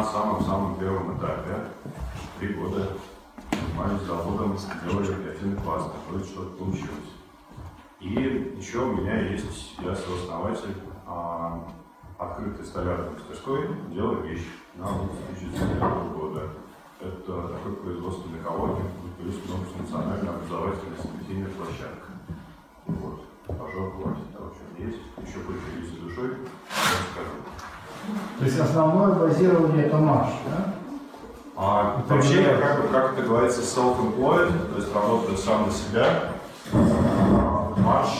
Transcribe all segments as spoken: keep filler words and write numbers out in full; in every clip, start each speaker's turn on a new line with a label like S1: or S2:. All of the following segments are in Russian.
S1: самом-самом первом этапе, три года занимались заводом, делали креативный класс, вроде что-то получилось. И еще у меня есть, я сооснователь а, открытой столярной мастерской, делаю вещи на две тысячи девятнадцатого года. Это такой производственный коллектив, плюс многофункциональная образовательная событийная площадка. Вот, пожалуй, хватит того, что есть. Еще поделюсь душой, я скажу.
S2: То есть основное базирование это марш, да?
S1: А, вообще, я как, как это говорится, self-employed, то есть работаю сам на себя. Марш,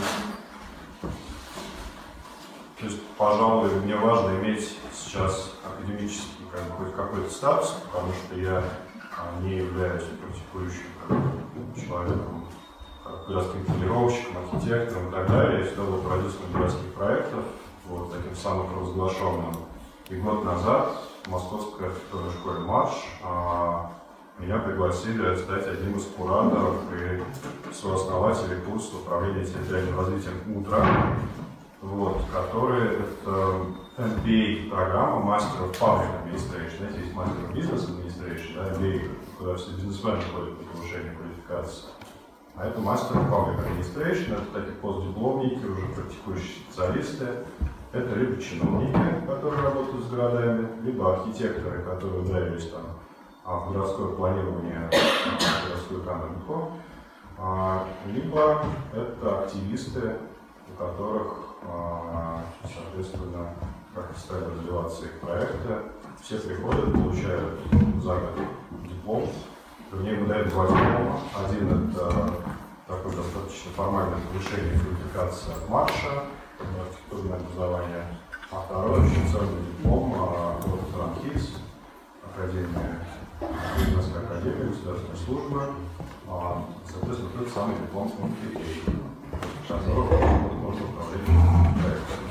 S1: то есть, пожалуй, мне важно иметь сейчас академический как бы, хоть какой-то статус, потому что я не являюсь практикующим как бы, человеком, как городским планировщиком, архитектором и так далее. Я всегда был продюсером городских проектов, вот таким самопровозглашенным. И год назад в Московской архитектурной школе «Марш» а, меня пригласили стать одним из кураторов и сооснователей курса управления территориальным развитием «Утро», вот, который это эм би эй-программа Master of Public Administration. Знаете, есть Master of Business Administration, да, эм би эй, куда все бизнесмены ходят по повышению квалификации. А это Master of Public Administration, это такие постдипломники, уже практикующие специалисты. Это либо чиновники, которые работают с городами, либо архитекторы, которые ударились там в городское планирование, в городскую экономику, либо это активисты, у которых, соответственно, как стали развиваться их проекты. Все приходят, получают за год диплом. Вернее, мы даем два диплома. Один — это такое достаточно формальное повышение квалификации от марша, архитектурное образование, а второй очень ценный диплом от РАНХИС, Академия, Президентская академия, государственная служба, соответственно, тот самый диплом эм би эй, которого можно управлять проектом.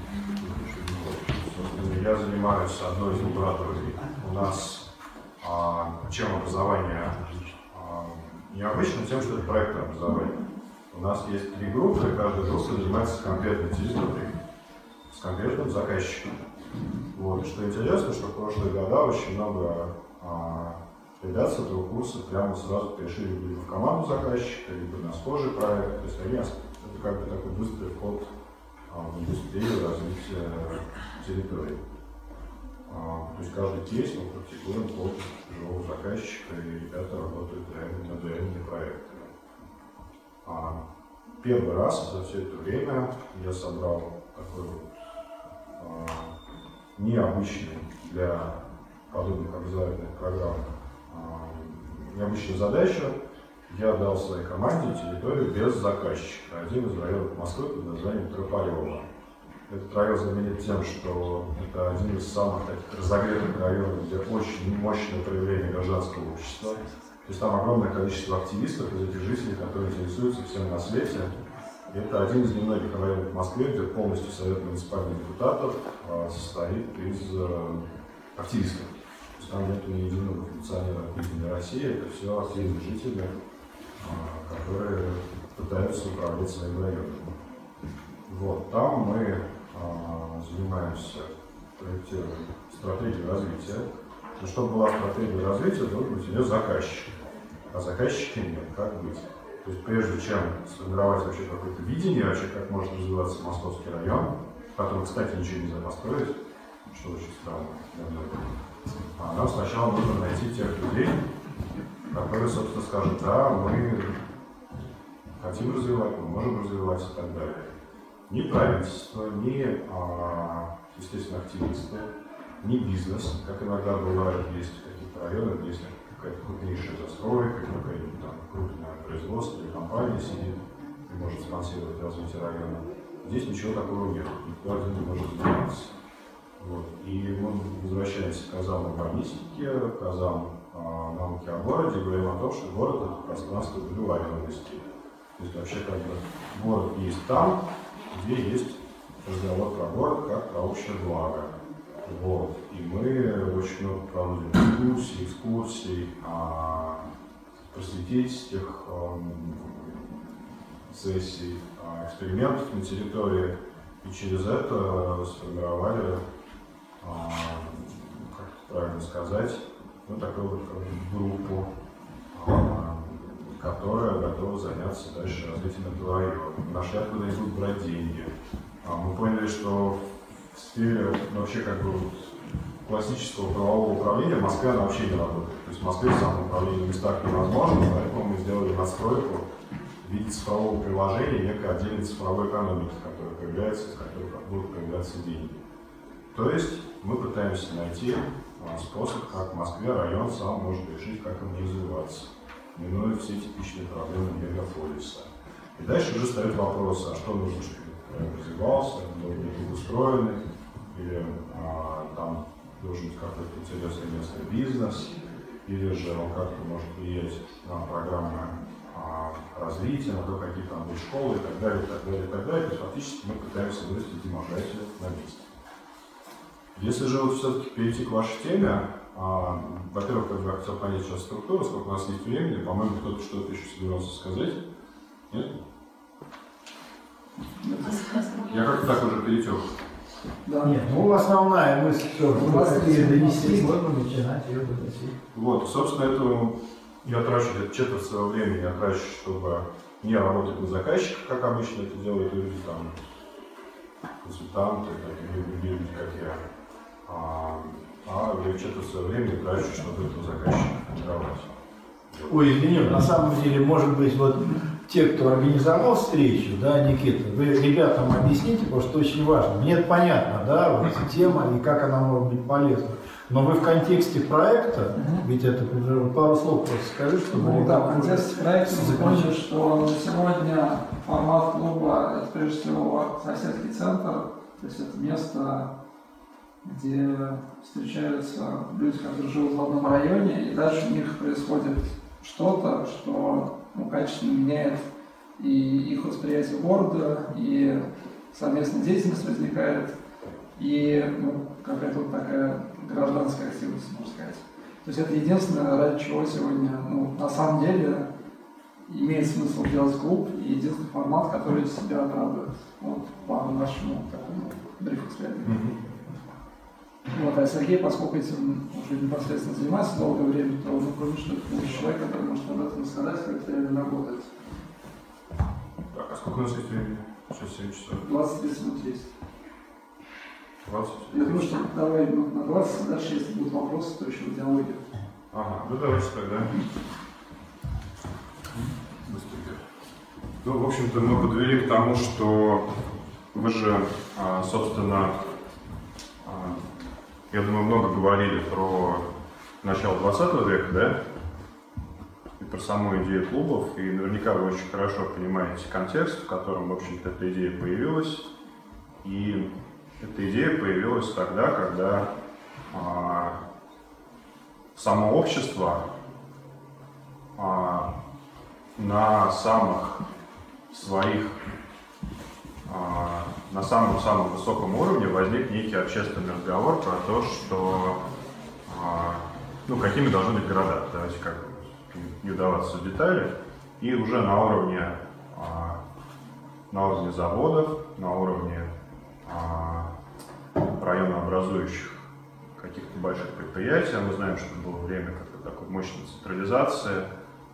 S1: Я занимаюсь одной из лабораторий. У нас а, чем образование а, необычно, тем, что это проектное образование. У нас есть три группы, и каждая группа занимается конкретной территорией, с конкретным заказчиком. Вот. И что интересно, что в прошлые года очень много а, ребят с этого курса прямо сразу перешли либо в команду заказчика, либо на схожий проект. То есть они, это как бы такой быстрый вход а, в индустрию развития территории. А, то есть каждый кейс мы практикуем под живого заказчика, и ребята работают реально над реальными проектами. А, первый раз за все это время я собрал такой вот а, необычный для подобных образовательных программ а, необычную задачу. Я дал своей команде территорию без заказчика. Один из районов Москвы под названием Трополево. Этот район знаменит тем, что это один из самых таких разогретых районов, где очень мощное проявление гражданского общества. То есть там огромное количество активистов из этих жителей, которые интересуются всем на свете. И это один из немногих районов в Москве, где полностью совет муниципальных депутатов а, состоит из а, активистов. То есть там нет ни единого функционера от «Единой России», это все активные жители, а, которые пытаются управлять своим районом. Вот, там мы а, занимаемся проектированием стратегии развития. Но чтобы была стратегия развития, должен быть у нее заказчик. А заказчика нет, как быть? То есть прежде чем сформировать вообще какое-то видение, вообще как может развиваться московский район, в котором, кстати, ничего нельзя построить, что очень странно для многих, а нам сначала нужно найти тех людей, которые, собственно, скажут: да, мы хотим развивать, мы можем развивать и так далее. Ни правительство, ни, естественно, активисты, ни бизнес, как иногда бывает, есть какие-то районы, где есть какая-то крупнейшая застройка, какое-нибудь там крупное производство или компания сидит и может спонсировать развитие района. Здесь ничего такого нет, никто один не может заниматься. Вот. И мы возвращаемся к азам урбанистики, к азам а, науки о городе, и говорим о том, что город — это пространство двувариантности. То есть вообще как бы город есть там, где есть разговор про город как про общее благо. Вот. И мы очень много проводим дискуссий, экскурсий, а, просветительских а, сессий, а, экспериментов на территории. И через это сформировали а, правильно сказать, ну, такую вот группу, а, которая готова заняться дальше развитием этого района. Нашли, откуда идут брать деньги. А, мы поняли, что в сфере вообще как бы вот классического правового управления в Москве она вообще не работает. То есть в Москве самоуправление в местах невозможно, поэтому мы сделали настройку в виде цифрового приложения некой отдельной цифровой экономики, которая появляется, из которой будут появляться деньги. То есть мы пытаемся найти а, способ, как в Москве район сам может решить, как ему развиваться, минуя все типичные проблемы мегаполиса. И дальше уже стоит вопрос, а что нужно, чтобы район развивался, он был благоустроенный, или а, там должен быть какой-то интересный местный бизнес, или же он как-то может влиять на программы а, развития, на то, какие там будут школы и так далее, и так далее, и так далее. То есть фактически мы пытаемся вырастить демократию на месте. Если же вот все-таки перейти к вашей теме, а, во-первых, как бы я хотел понять сейчас структуру, сколько у нас есть времени, по-моему, кто-то что-то еще собирался сказать. Нет? Я как-то так уже перетек.
S2: Да. Нет, ну основная мысль, что вы хотели донести, можно начинать ее доносить.
S1: Вот, собственно, этому я трачу где-то четверть своего времени, я трачу, чтобы не работать на заказчика, как обычно это делают люди, там, консультанты, такие другие люди, как я. А, а я четверть своего времени трачу, чтобы этого заказчика формировать.
S2: Ой, извини, на самом деле, может быть, вот те, кто организовал встречу, да, Никита, вы ребятам объясните, потому что очень важно. Мне это понятно, да, вот эта тема и как она может быть полезна. Но вы в контексте проекта, mm-hmm. ведь это уже пару слов просто скажи, чтобы...
S3: Ну да, в контексте проекта мы поняли, что сегодня формат клуба это прежде всего соседский центр, то есть это место, где встречаются люди, которые живут в одном районе, и дальше у них происходит что-то, что ну, качественно меняет и их восприятие города, и совместная деятельность возникает, и ну, какая-то вот такая гражданская активность, можно сказать. То есть это единственное, ради чего сегодня, ну, на самом деле, имеет смысл делать клуб, и единственный формат, который себя оправдывает, вот, по нашему такому бриф-эксперименту. Вот, а Сергей, поскольку этим уже непосредственно занимается долгое время, то ну, кроме что это человек, который может об этом рассказать, как это реально работает.
S1: Так, а сколько у нас есть времени? Сейчас семь часов.
S3: двадцать тридцать минут есть.
S1: двадцать?
S3: Я думаю, что давай минут на двадцать, дальше, если будут вопросы, то еще в диалоге.
S1: Ага, ну давайте тогда. Быстрее. Ну, в общем-то, мы подвели к тому, что вы же, собственно, я думаю, много говорили про начало двадцатого века, да? И про саму идею клубов, и наверняка вы очень хорошо понимаете контекст, в котором, в общем-то, эта идея появилась. И эта идея появилась тогда, когда а, само общество а, на самых своих на самом-самом высоком уровне возник некий общественный разговор про то, что ну, какими должны быть города. Давайте как не вдаваться в детали. И уже на уровне, на уровне заводов, на уровне районообразующих каких-то больших предприятий, мы знаем, что было время как-то такой мощной централизации,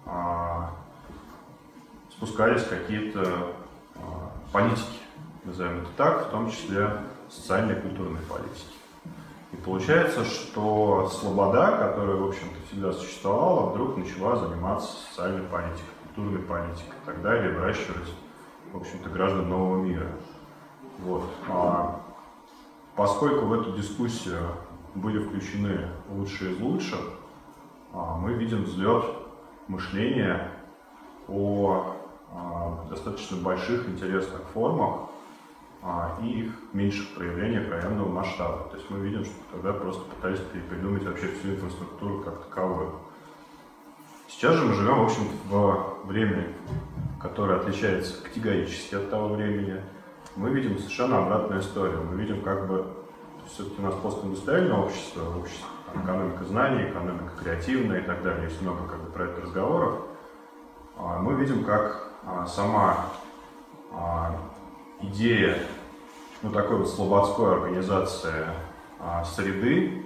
S1: спускались какие-то политики, назовем это так, в том числе социальной и культурной политики. И получается, что слобода, которая, в общем-то, всегда существовала, вдруг начала заниматься социальной политикой, культурной политикой и так далее, выращивать, в общем-то, граждан нового мира. Вот. А поскольку в эту дискуссию были включены лучшие из лучших, мы видим взлет мышления о достаточно больших интересных формах а, и их меньших проявлениях районного масштаба. То есть мы видим, что тогда просто пытались перепридумать вообще всю инфраструктуру как таковую. Сейчас же мы живем, в общем, в времени, которое отличается категорически от того времени. Мы видим совершенно обратную историю. Мы видим, как бы, все-таки у нас постиндустриальное общество, общество там, экономика знаний, экономика креативная и так далее. Есть много как бы, про это разговоров. А, мы видим, как а, сама а, идея ну, такой вот слободской организации а, среды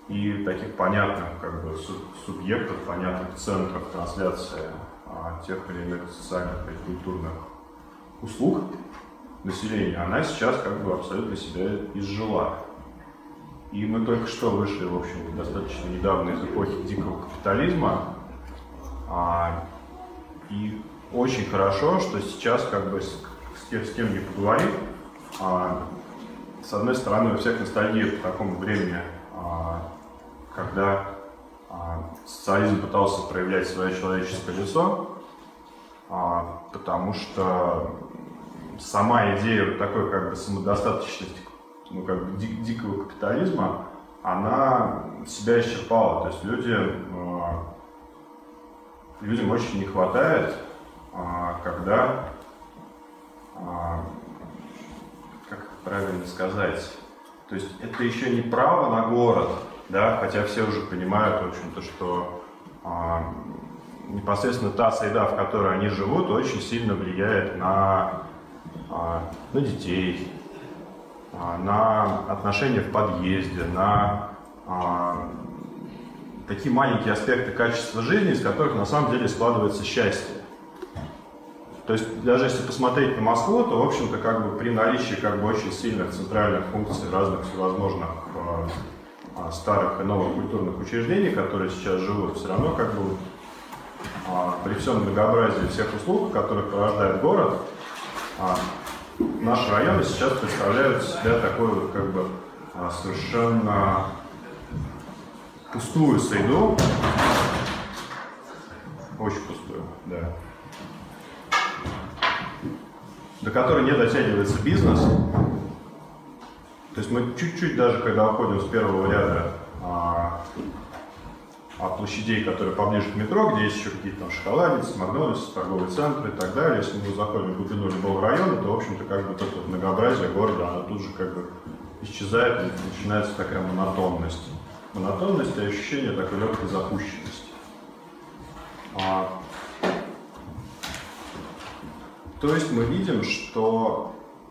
S1: и таких понятных как бы субъектов, понятных центров трансляции а, тех или иных социальных и культурных услуг населения, она сейчас как бы абсолютно себя изжила. И мы только что вышли, в общем, достаточно недавно из эпохи дикого капитализма, а, и очень хорошо, что сейчас как бы с, с, тем, с кем не поговорим, а, с одной стороны, у всех ностальгия по такому времени, а, когда а, социализм пытался проявлять свое человеческое лицо, а, потому что сама идея вот такой как бы самодостаточности, ну, как бы дик, дикого капитализма, она себя исчерпала. То есть люди, а, людям очень не хватает, а, когда, а, как правильно сказать, то есть это еще не право на город, да, хотя все уже понимают, в общем-то, что а, непосредственно та среда, в которой они живут, очень сильно влияет на, а, на детей, а, на отношения в подъезде, на а, такие маленькие аспекты качества жизни, из которых на самом деле складывается счастье. То есть даже если посмотреть на Москву, то, в общем-то, как бы при наличии как бы очень сильных центральных функций разных всевозможных э, старых и новых культурных учреждений, которые сейчас живут, все равно как бы э, при всем многообразии всех услуг, которых порождает город, э, наши районы сейчас представляют себя такую вот как бы э, совершенно пустую среду, очень пустую, да, до которой не дотягивается бизнес. То есть мы чуть-чуть даже, когда уходим с первого ряда а, от площадей, которые поближе к метро, где есть еще какие-то там шоколадницы, Макдональдс, торговые центры и так далее, если мы заходим в глубину любого района, то, в общем-то, как бы вот это вот многообразие города, оно тут же как бы исчезает, и начинается такая монотонность. Монотонность и ощущение такой легкой запущенности. А, То есть мы видим, что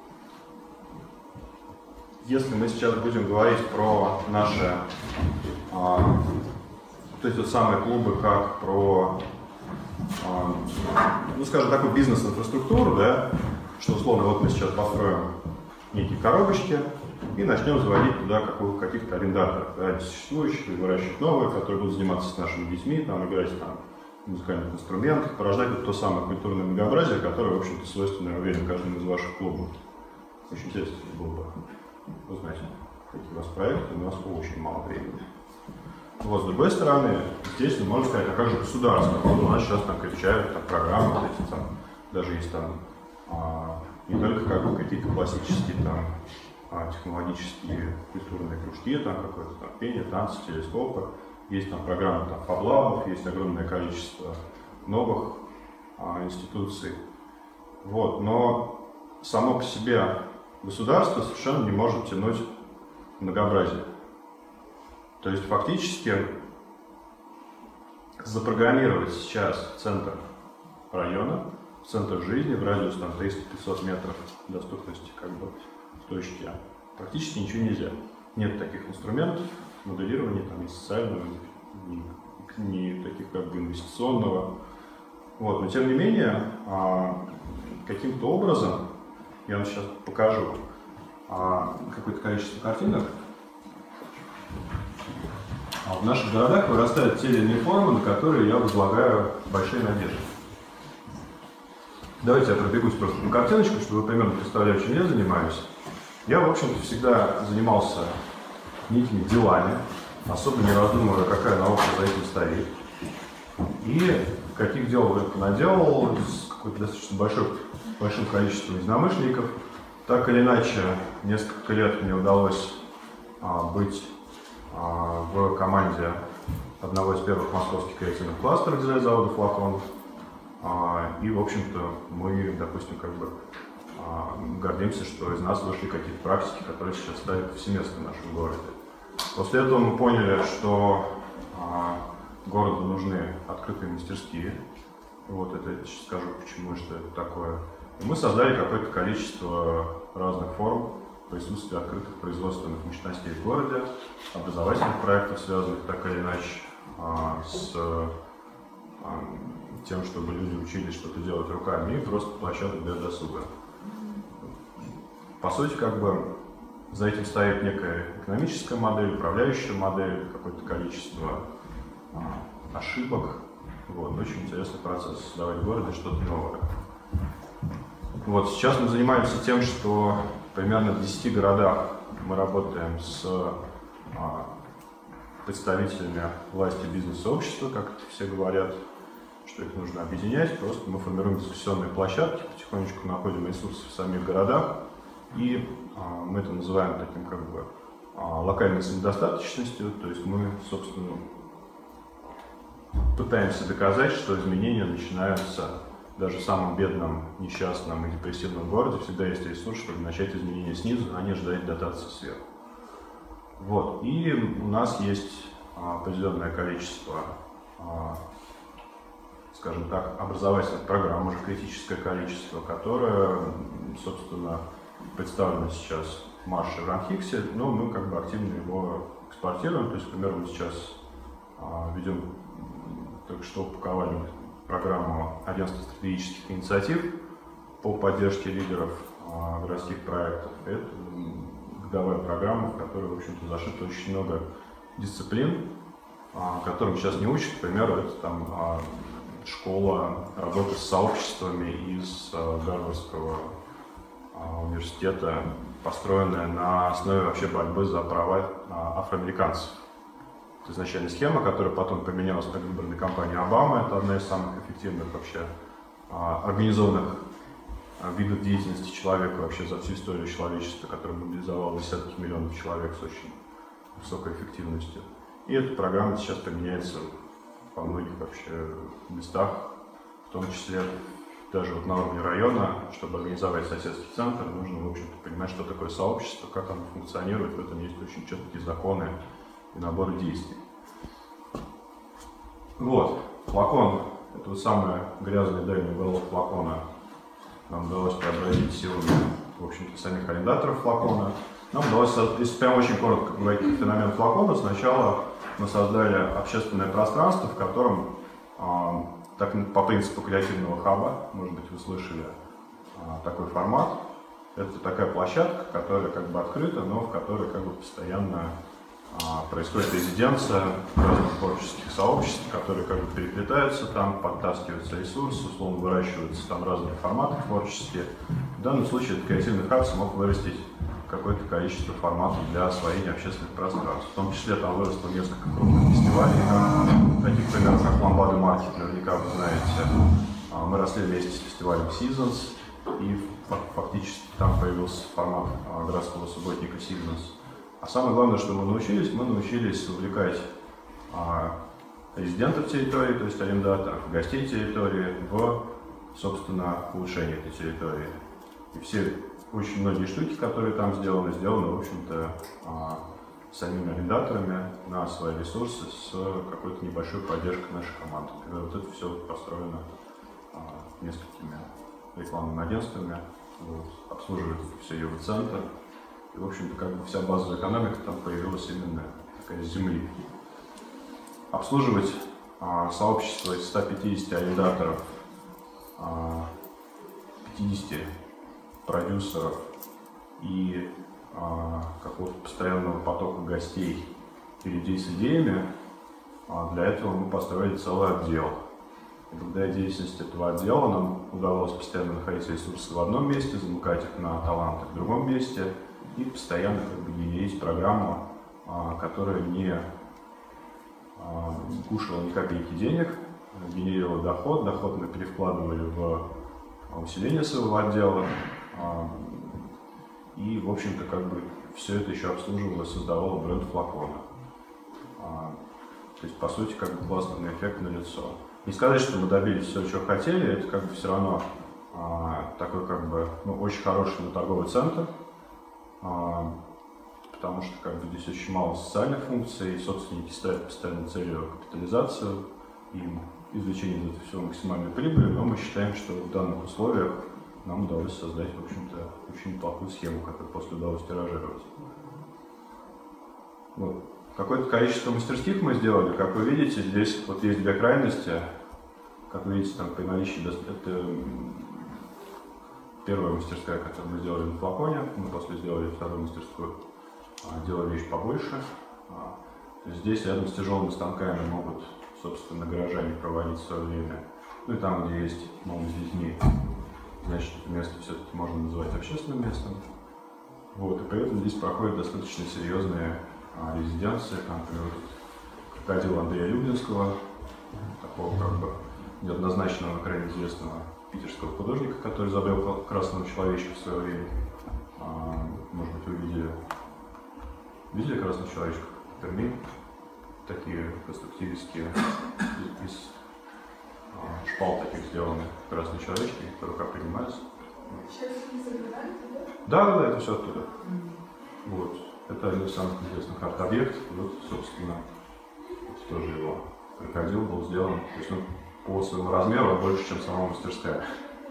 S1: если мы сейчас будем говорить про наши, а, то есть вот самые клубы, как про, а, ну скажем, такую бизнес-инфраструктуру, да, что условно вот мы сейчас построим некие коробочки и начнем заводить туда каких-то арендаторов, да, существующих, или выращивать новые, которые будут заниматься с нашими детьми, там, играть там, музыкальных инструментах, порождать вот то самое культурное многообразие, которое, в общем-то, свойственно, я уверен, каждому из ваших клубов. Очень интересно было бы узнать, какие у вас проекты, у нас очень мало времени. Вот, с другой стороны, естественно, можно сказать, а как же государство? Вот у нас сейчас там кричают, там, программы, вот эти, там, даже есть там а, не только как бы какие-то классические там а, технологические культурные кружки, там какое-то там пение, танцы, телескопы. Есть там программы там, фаблабов, есть огромное количество новых а, институций. Вот. Но само по себе государство совершенно не может тянуть многообразие. То есть фактически запрограммировать сейчас центр района, центр жизни в радиус там триста-пятьсот метров доступности как бы в точке практически ничего нельзя. Нет таких инструментов моделирования, там, ни социального, ни, ни таких как бы инвестиционного. Вот. Но тем не менее, а, каким-то образом, я вам сейчас покажу а, какое-то количество картинок, а в наших городах вырастают те или иные формы, на которые я возлагаю большие надежды. Давайте я пробегусь просто по картиночкам, чтобы вы примерно представляли, чем я занимаюсь. Я, в общем-то, всегда занимался некими делами, особо не раздумывая, какая наука за этим стоит. И каких дел я понаделал с какой-то достаточно большой, большим количеством единомышленников. Так или иначе, несколько лет мне удалось а, быть а, в команде одного из первых московских креативных кластеров дизайн-завода «Флакон». А, и, в общем-то, мы, допустим, как бы а, гордимся, что из нас вышли какие-то практики, которые сейчас ставят повсеместно в нашем городе. После этого мы поняли, что а, городу нужны открытые мастерские. Вот это я сейчас скажу, почему и что это такое. И мы создали какое-то количество разных форм присутствие открытых производственных мощностей в городе, образовательных проектов, связанных так или иначе а, с а, тем, чтобы люди учились что-то делать руками, и просто площадок для досуга. По сути, как бы за этим стоит некая экономическая модель, управляющая модель, какое-то количество а, ошибок. Вот, очень интересный процесс создавать в городе что-то новое. Вот, сейчас мы занимаемся тем, что примерно в десяти городах мы работаем с а, представителями власти бизнес-сообщества, как это все говорят, что их нужно объединять. Просто мы формируем дискуссионные площадки, потихонечку находим ресурсы в самих городах, и а, мы это называем таким как бы а, локальной самодостаточностью, то есть мы, собственно, пытаемся доказать, что изменения начинаются даже в самом бедном, несчастном и депрессивном городе, всегда есть ресурс, чтобы начать изменения снизу, а не ждать дотации сверху. Вот. И у нас есть а, определенное количество, а, скажем так, образовательных программ, уже критическое количество, которое, собственно, представлено сейчас в марше в Ранхиксе, но мы как бы активно его экспортируем. То есть, например, мы сейчас а, ведем, только что упаковали программу Агентства стратегических инициатив по поддержке лидеров а, городских проектов. Это годовая программа, в которой, в общем-то, зашито очень много дисциплин, а, которым сейчас не учат. К примеру, это там а, школа работы с сообществами из а, Гарвардского а, университета, построенная на основе вообще борьбы за права а, афроамериканцев. Это изначально схема, которая потом поменялась при выборной кампании Обамы. Это одна из самых эффективных вообще а, организованных а, видов деятельности человека вообще за всю историю человечества, которая мобилизовала десятки миллионов человек с очень высокой эффективностью. И эта программа сейчас применяется во многих вообще местах, в том числе даже вот на уровне района. Чтобы организовать соседский центр, нужно, в общем-то, понимать, что такое сообщество, как оно функционирует. В этом есть очень четкие законы и набор действий. Вот, флакон, это вот самый грязный дальний уголок флакона. Нам удалось преобразить силами, в общем-то, самих арендаторов флакона. Нам удалось, если прям очень коротко говорить про феномен флакона, сначала мы создали общественное пространство, в котором, э, так, по принципу креативного хаба, может быть, вы слышали э, такой формат. Это такая площадка, которая как бы открыта, но в которой как бы постоянно происходит резиденция разных творческих сообществ, которые как бы переплетаются там, подтаскиваются ресурсы, условно выращиваются там разные форматы творческие. В данном случае этот креативный хаб смог вырастить какое-то количество форматов для освоения общественных пространств. В том числе там выросло несколько крупных фестивалей, как, таких примеров, как Ламбада Маркет, наверняка вы знаете. Мы росли вместе с фестивалем Seasons, и фактически там появился формат городского субботника Seasons. А самое главное, что мы научились, мы научились увлекать а, резидентов территории, то есть арендаторов, гостей территории в, собственно, улучшение этой территории. И все, очень многие штуки, которые там сделаны, сделаны, в общем-то, а, самими арендаторами на свои ресурсы с какой-то небольшой поддержкой нашей команды. И вот это все построено а, несколькими рекламными агентствами, вот, обслуживает все Евроцентр. И, в общем-то, как бы вся базовая экономика там появилась именно такая с земли. Обслуживать а, сообщество из ста пятидесяти арендаторов, а, пятидесяти продюсеров и а, какого-то постоянного потока гостей и людей с идеями, а, для этого мы построили целый отдел. И благодаря деятельности этого отдела нам удалось постоянно находить ресурсы в одном месте, замыкать их на таланты в другом месте, и постоянно как бы генерить программу, а, которая не а, кушала ни копейки денег, генерировала доход, доход мы перевкладывали в усиление своего отдела, а, и, в общем-то, как бы все это еще обслуживало, создавало бренд флакона. А, то есть, по сути, как бы классный эффект налицо. Не сказать, что мы добились все, чего хотели, это как бы все равно а, такой как бы ну, очень хороший ну, торговый центр. Потому что как бы здесь очень мало социальных функций, собственники ставят постоянно целью капитализацию и извлечение из этого всего максимальной прибыли, но мы считаем, что в данных условиях нам удалось создать, в общем-то, очень неплохую схему, которую после удалось тиражировать. Вот. Какое-то количество мастерских мы сделали. Как вы видите, здесь вот есть две крайности. Как вы видите, там при наличии, это первая мастерская, которую мы сделали на флаконе. Мы после сделали вторую мастерскую, делали вещь побольше. Здесь рядом с тяжелыми станками могут, собственно, горожане проводить свое время. Ну и там, где есть мамы с детьми, значит, это место все-таки можно называть общественным местом. Вот, и при этом здесь проходят достаточно серьезные а, резиденции, там, например, крокодил Андрея Люблинского, такого как бы неоднозначного, крайне известного питерского художника, который изобрел красного человечка в свое время. А, может быть, вы видели, видели красного человечка в Перми? Такие конструктивистские из, из а, шпал таких сделаны красные человечки, которые как принимаются.
S4: Сейчас не забираете, да?
S1: Да, да, да, это все оттуда. Mm. Вот. Это один из самых интересных арт-объектов. Вот, собственно, вот тоже его крокодил был сделан. То есть он по своему размеру больше, чем сама мастерская.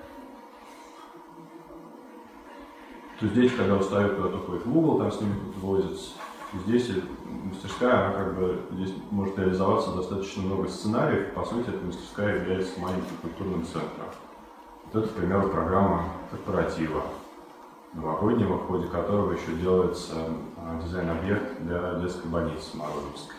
S1: То есть дети, когда устают, куда-то ходят в угол, там с ними кто-то возится. Здесь мастерская, она как бы здесь может реализоваться достаточно много сценариев. По сути, эта мастерская является маленьким культурным центром. Вот это, к примеру, программа корпоратива новогоднего, в ходе которого еще делается а, дизайн-объект для детской больницы Морозовской.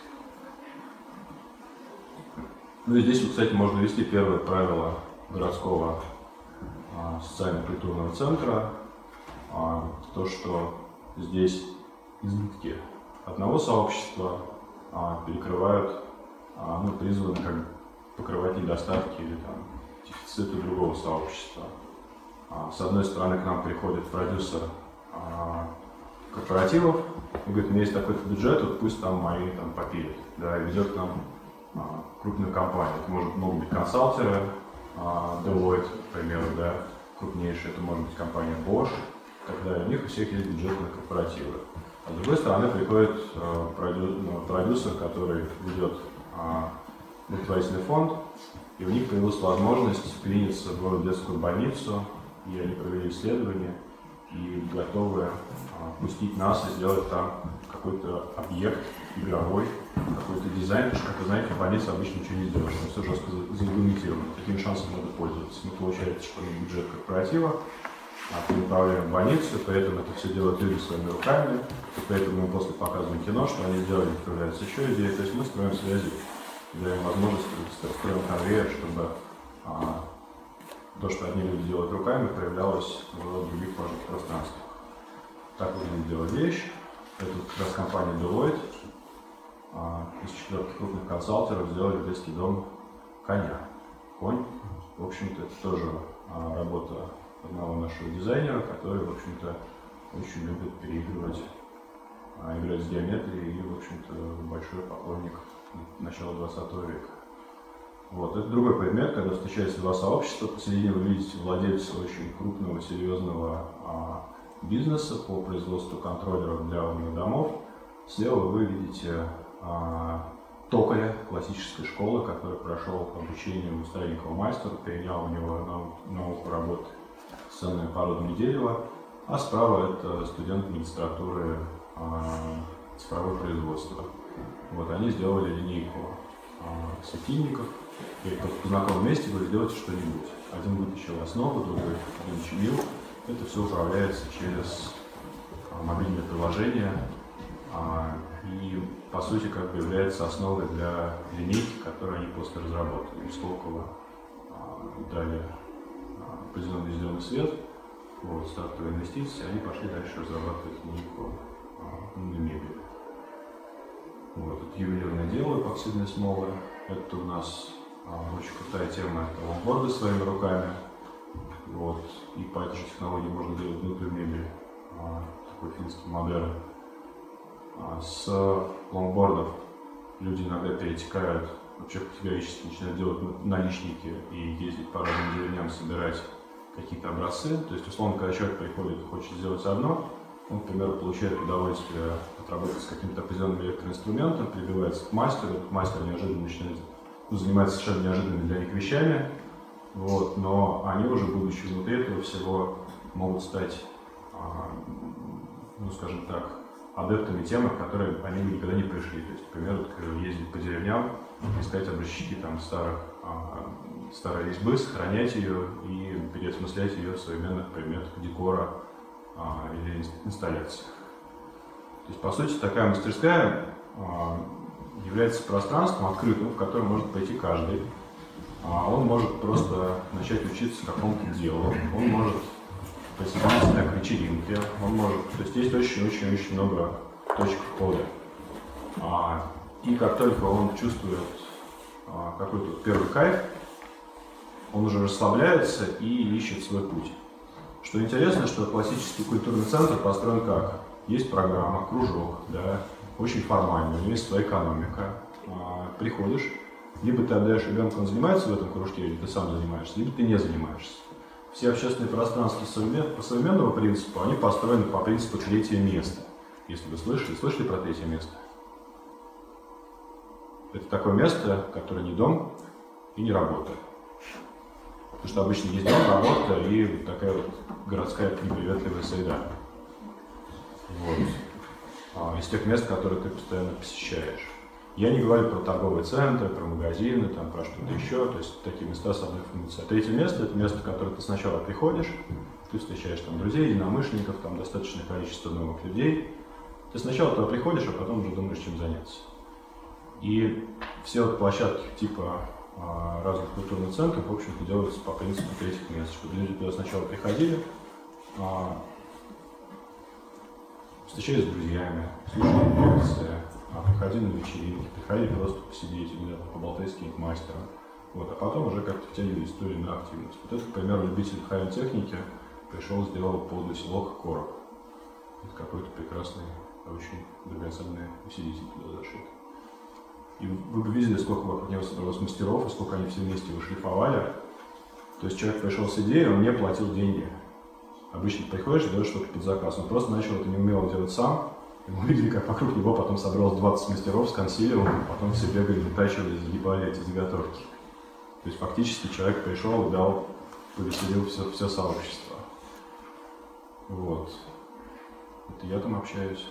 S1: Ну и здесь, вот, кстати, можно ввести первое правило городского а, социально-культурного центра, а, то, что здесь избытки одного сообщества а, перекрывают, а, ну, призваны как покрывать недостатки или там дефициты другого сообщества. А, с одной стороны, к нам приходит продюсер а, корпоративов и говорит: у меня есть такой-то бюджет, вот пусть там мои там попилят, да, и ведет к нам а, крупную компанию. Это может, могут быть консалтеры, а, Deloitte, к примеру, да, крупнейшие, это может быть компания Bosch, и так далее. У них у всех есть бюджетные корпоративы. А с другой стороны, приходит а, продю, ну, продюсер, который ведет а, благотворительный фонд, и у них появилась возможность вклиниться в детскую больницу, и они провели исследование и готовы а, пустить нас и сделать там какой-то объект игровой, какой-то дизайн, потому что, как вы знаете, в больнице обычно ничего не сделаешь, но все жестко зарегламентировано. Таким шансом надо пользоваться. Мы получается, что мы бюджет корпоратива, а мы управляем больницу, при этом это все делают люди своими руками, и поэтому мы после показываем кино, что они сделали, появляется еще идея, то есть мы строим связи, даем возможность строим конвейер, чтобы а, то, что одни люди делают руками, проявлялось в других важных пространствах. Так выглядит делать вещь. Это как раз компания Deloitte а, из четверки крупных консалтеров сделали в детский дом коня. Конь, в общем-то, это тоже а, работа одного нашего дизайнера, который, в общем-то, очень любит переигрывать, а, играть с геометрией и, в общем-то, большой поклонник начала двадцатого века. Вот. Это другой предмет, когда встречаются два сообщества. Посередине вы видите владельца очень крупного, серьезного а, бизнеса по производству контроллеров для умных домов. Слева вы видите а, токаря классической школы, который прошел обучение у старенького мастера, перенял у него нау науку работы с ценными породами дерева. А справа это студент магистратуры а, цифровое производство. Вот, они сделали линейку а, светильников. И в знакомом месте говорю: сделайте что-нибудь. Один вытащил основу, другой начинил. Это все управляется через а, мобильное приложение а, и, по сути, как бы является основой для линейки, которую они после разработали. Из Сколково а, дали а, определенный зеленый свет, вот, стартовые инвестиции, они пошли дальше разрабатывать линейку а, умной мебели. Вот, это ювелирное дело, эпоксидной смолы. Это у нас а, очень крутая тема, это лонгборды своими руками. Вот, и по этой же технологии можно делать внутрь мебели. А, такой финский модерн. А, с лонгбордов люди иногда перетекают, вообще категорически начинают делать наличники и ездить по разным деревням, собирать какие-то образцы. То есть, условно, когда человек приходит и хочет сделать одно, он, к примеру, получает удовольствие от работы с каким-то определенным электроинструментом, прибивается к мастеру, этот мастер неожиданно начинает, ну, занимается совершенно неожиданными для них вещами, вот, но они уже, будучи внутри этого всего, могут стать, ну, скажем так, адептами темы, к которой они бы никогда не пришли. То есть, например, ездить по деревням, искать образчики там старых, старой резьбы, сохранять ее и переосмыслять ее в современных предметах декора или инсталляциях. То есть, по сути, такая мастерская является пространством открытым, в котором может пойти каждый. Он может просто начать учиться какому-то делу, он может присоединиться к вечеринке, он может, то есть есть очень-очень-очень много точек входа. И как только он чувствует какой-то первый кайф, он уже расслабляется и ищет свой путь. Что интересно, что классический культурный центр построен как? Есть программа, кружок, да, очень формальный, у него есть своя экономика. Приходишь, либо ты отдаешь ребенку, он занимается в этом кружке, или ты сам занимаешься, либо ты не занимаешься. Все общественные пространства по современному принципу, они построены по принципу третье место. Если вы слышали, слышали про третье место? Это такое место, которое не дом и не работа. Потому что обычно есть дом, работа и вот такая вот городская неприветливая среда. Вот. Из тех мест, которые ты постоянно посещаешь. Я не говорю про торговые центры, про магазины, там, про что-то еще, то есть такие места с одной функцией. А третье место – это место, в которое ты сначала приходишь, ты встречаешь там друзей, единомышленников, там достаточное количество новых людей. Ты сначала туда приходишь, а потом уже думаешь, чем заняться. И все вот площадки типа а, разных культурных центров, в общем-то, делаются по принципу третьих мест, чтобы люди туда сначала приходили, а, встречались с друзьями, слушали лекции, приходили на вечеринки, приходили просто посидеть, где-то поболтать с каким-то мастером. Вот, а потом уже как-то втягивали историю на активность. Вот это, к примеру, любитель хай-энд-техники пришел, сделал под веселок короб. Это какой-то прекрасный, очень драгоценный усилитель туда зашит. И вы бы видели, сколько вокруг него собралось мастеров, и сколько они все вместе его шлифовали. То есть человек пришел с идеей, он не платил деньги. Обычно приходишь и делаешь что-то под заказ. Он просто начал это неумело делать сам. И мы видели, как вокруг него потом собралось двадцать мастеров с консилиумом, потом все бегали, вытачивали, загибали эти заготовки. То есть фактически человек пришел, дал, повеселил все, все сообщество. Вот. Это я там общаюсь.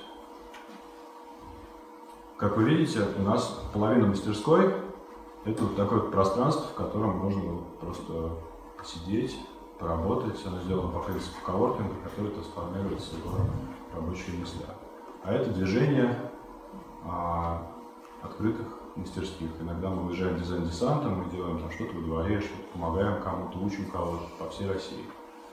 S1: Как вы видите, у нас половина мастерской – это вот такое пространство, в котором можно просто посидеть, поработать. Оно сделано по принципу коворкинга, который трансформируется в рабочие места. А это движение а, открытых мастерских. Иногда мы уезжаем дизайн-десантом, мы делаем там что-то во дворе, что-то помогаем кому-то, учим кого-то по всей России.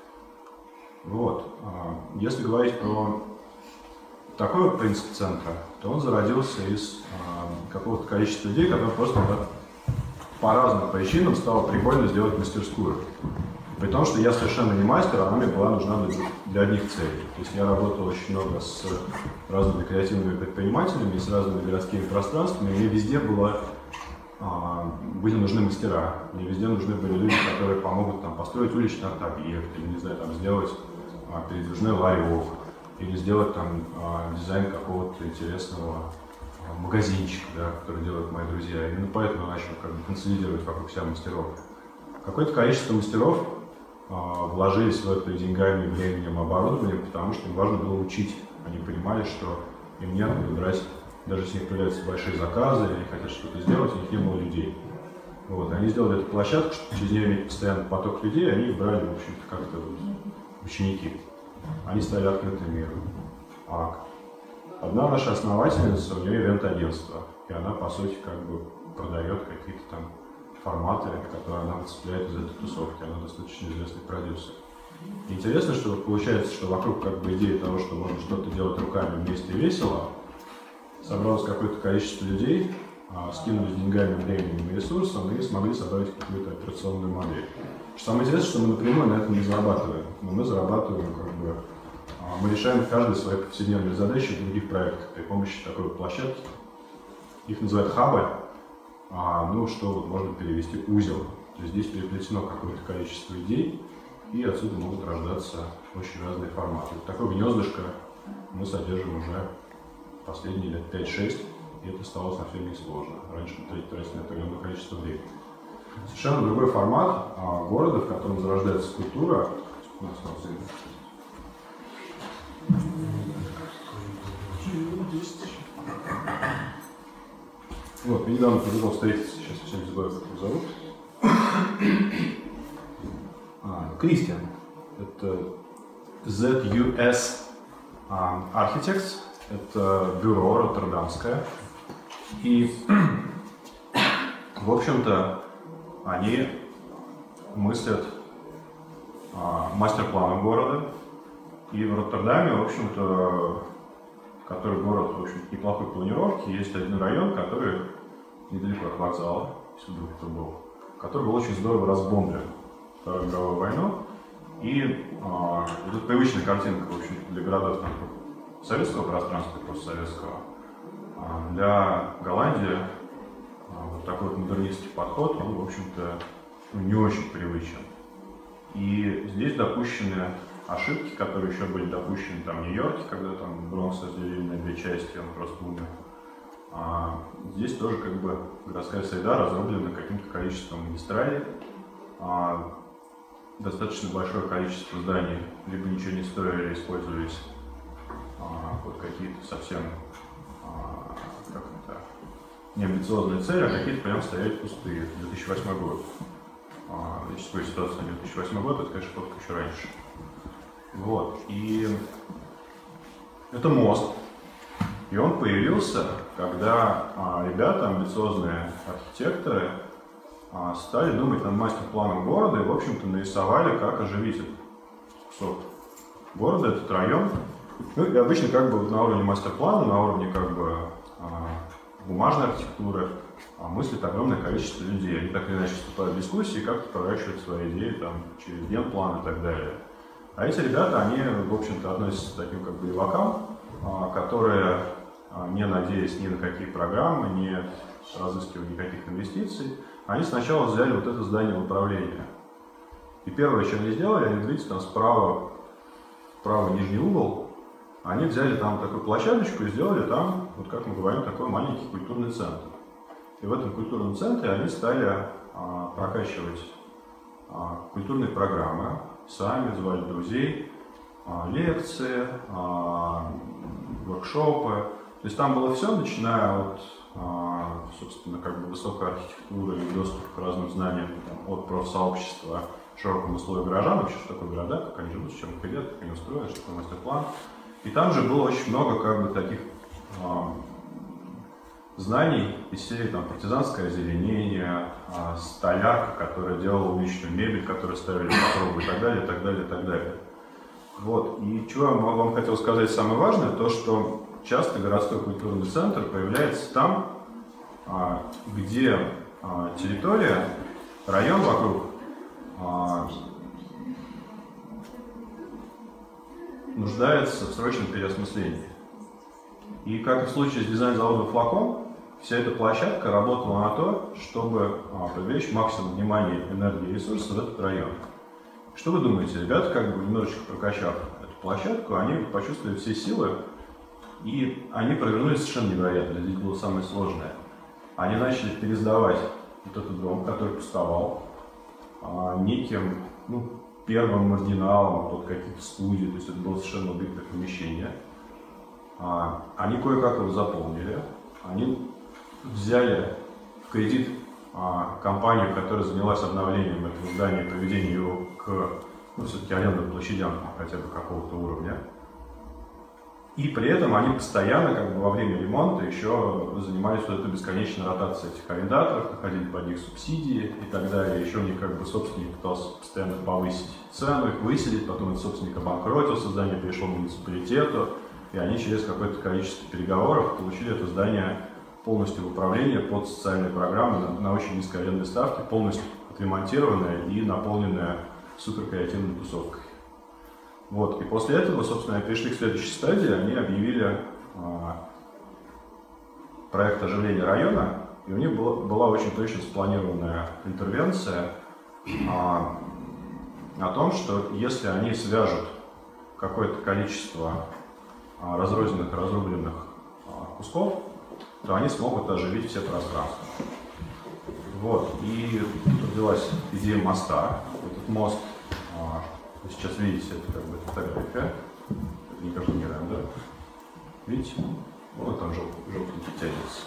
S1: Вот. А, если говорить про такой вот принцип центра, то он зародился из а, какого-то количества людей, которые просто да, по разным причинам стало прикольно сделать мастерскую. При том, что я совершенно не мастер, она мне была нужна для, для одних целей. То есть я работал очень много с разными креативными предпринимателями, с разными городскими пространствами, и мне везде было, а, были нужны мастера. Мне везде нужны были люди, которые помогут там, построить уличный арт-объект, или, не знаю, там, сделать а, передвижной ларек, или сделать там а, дизайн какого-то интересного а, магазинчика, да, который делают мои друзья. Именно поэтому я начал как бы консолидировать вокруг себя мастеров. Какое-то количество мастеров вложились в это деньгами, временем, оборудованием, потому что им важно было учить. Они понимали, что им не надо брать, даже если у них появляются большие заказы, или они хотят что-то сделать, у них не было людей. Вот. Они сделали эту площадку, чтобы через нее иметь постоянный поток людей, они их брали, в общем-то, как-то вот, ученики. Они стали открытым миром. А одна наша основательница, у нее ивент-агентство, и она, по сути, как бы продает какие-то там форматы, которые она выцепляет из этой тусовки. Она достаточно известный продюсер. Интересно, что получается, что вокруг как бы идеи того, что можно что-то делать руками вместе весело, собралось какое-то количество людей, скинулись деньгами, временем и ресурсом и смогли собрать какую-то операционную модель. Самое интересное, что мы напрямую на этом не зарабатываем, но мы зарабатываем как бы, мы решаем каждую свои повседневные задачи в других проектах при помощи такой вот площадки. Их называют хабы. А, ну, что вот можно перевести узел. То есть здесь переплетено какое-то количество идей, и отсюда могут рождаться очень разные форматы. Вот такое гнездышко мы содержим уже последние лет пять-шесть, и это стало совсем несложно. Раньше мы тратили на это огромное количество времени. совершенно другой формат а, города, в котором зарождается культура. Вот, я недавно придумал встретиться, сейчас всем забываю, как его зовут. А, Кристиан. Это зет ю эс Architects. Это бюро роттердамское. И, в общем-то, они мыслят а, мастер-планом города. И в Роттердаме, в общем-то, который город, в общем, неплохой планировки, есть один район, который недалеко от вокзала, если вдруг кто был, который был очень здорово разбомблен в Вторую мировую войну. И а, тут привычная картинка, в общем, для городов там, советского пространства и постсоветского. А для Голландии а, вот такой вот модернистский подход, он, в общем-то, ну, не очень привычен. И здесь допущены ошибки, которые еще были допущены там, в Нью-Йорке, когда там Бронкс разделили на две части, он просто умер. А здесь тоже как бы городская среда разрублена каким-то количеством магистралей. А, достаточно большое количество зданий либо ничего не стоили, использовались а, под какие-то совсем а, как это, неамбициозные цели, а какие-то прям стояли пустые. две тысячи восьмой год. А, историческая ситуация две тысячи восьмой год, это, конечно, фотка еще раньше. Вот, и это мост. И он появился, когда а, ребята, амбициозные архитекторы, а, стали думать над мастер-планом города и, в общем-то, нарисовали, как оживить этот кусок города, этот район. Ну, и обычно как бы вот на уровне мастер-плана, на уровне как бы а, бумажной архитектуры а, мыслит огромное количество людей. Они так или иначе вступают в дискуссии, как-то проворачивают свои идеи там, через генплан и так далее. А эти ребята, они, в общем-то, относятся к таким как бы левакам, а, которые, а, не надеясь ни на какие программы, не разыскивая никаких инвестиций, они сначала взяли вот это здание в управление. И первое, что они сделали, они, видите, там справа, правый нижний угол, они взяли там такую площадочку и сделали там, вот как мы говорим, такой маленький культурный центр. И в этом культурном центре они стали а, прокачивать а, культурные программы, сами звали друзей, а, лекции, а, воркшопы. То есть там было все, начиная от, а, собственно, как бы высокой архитектуры и доступа к разным знаниям там, от профсообщества широкому слою горожан, вообще что такое города, как они живут, с чем их едят, как они устроены, что такое мастер-план. И там же было очень много как бы таких а, знаний из серии там, партизанское озеленение, а, столярка, которая делала уличную мебель, которую ставили по кругу и так далее, и так далее, и так далее. Вот. И что я вам, вам хотел сказать самое важное, то что часто городской культурный центр появляется там, а, где а, территория, район вокруг а, нуждается в срочном переосмыслении. И как и в случае с дизайн-заводом «Флакон», вся эта площадка работала на то, чтобы а, привлечь максимум внимания, энергии и ресурсов в этот район. Что вы думаете, ребята, как бы немножечко прокачав эту площадку, они почувствовали все силы, и они провернули совершенно невероятно. Здесь было самое сложное. Они начали пересдавать вот этот дом, который пустовал, а, неким, ну, первым маргиналом под какие-то студии, то есть это было совершенно убитое помещение. А, они кое-как его заполнили. Они взяли в кредит а, компанию, которая занялась обновлением этого здания, приведением его к, ну, все-таки арендным площадям хотя бы какого-то уровня. И при этом они постоянно, как бы во время ремонта, еще занимались вот этой бесконечной ротацией этих арендаторов, находили под них субсидии и так далее. Еще у них как бы собственник пытался постоянно повысить цену, их выселить, потом этот собственник обанкротился, здание перешло к муниципалитету, и они через какое-то количество переговоров получили это здание полностью в управление под социальные программы на, на очень низкой арендной ставке, полностью отремонтированное и наполненное суперкреативной тусовкой. Вот. И после этого, собственно, они пришли к следующей стадии, они объявили а, проект оживления района, и у них была, была очень точно спланированная интервенция а, о том, что если они свяжут какое-то количество а, разрозненных, разрубленных а, кусков, то они смогут оживить все пространства. Вот, и родилась идея моста. Этот мост, а, вы сейчас видите, это как бы фотография, это никакой не рендер. Видите? Вот там жел- желтенький тянется.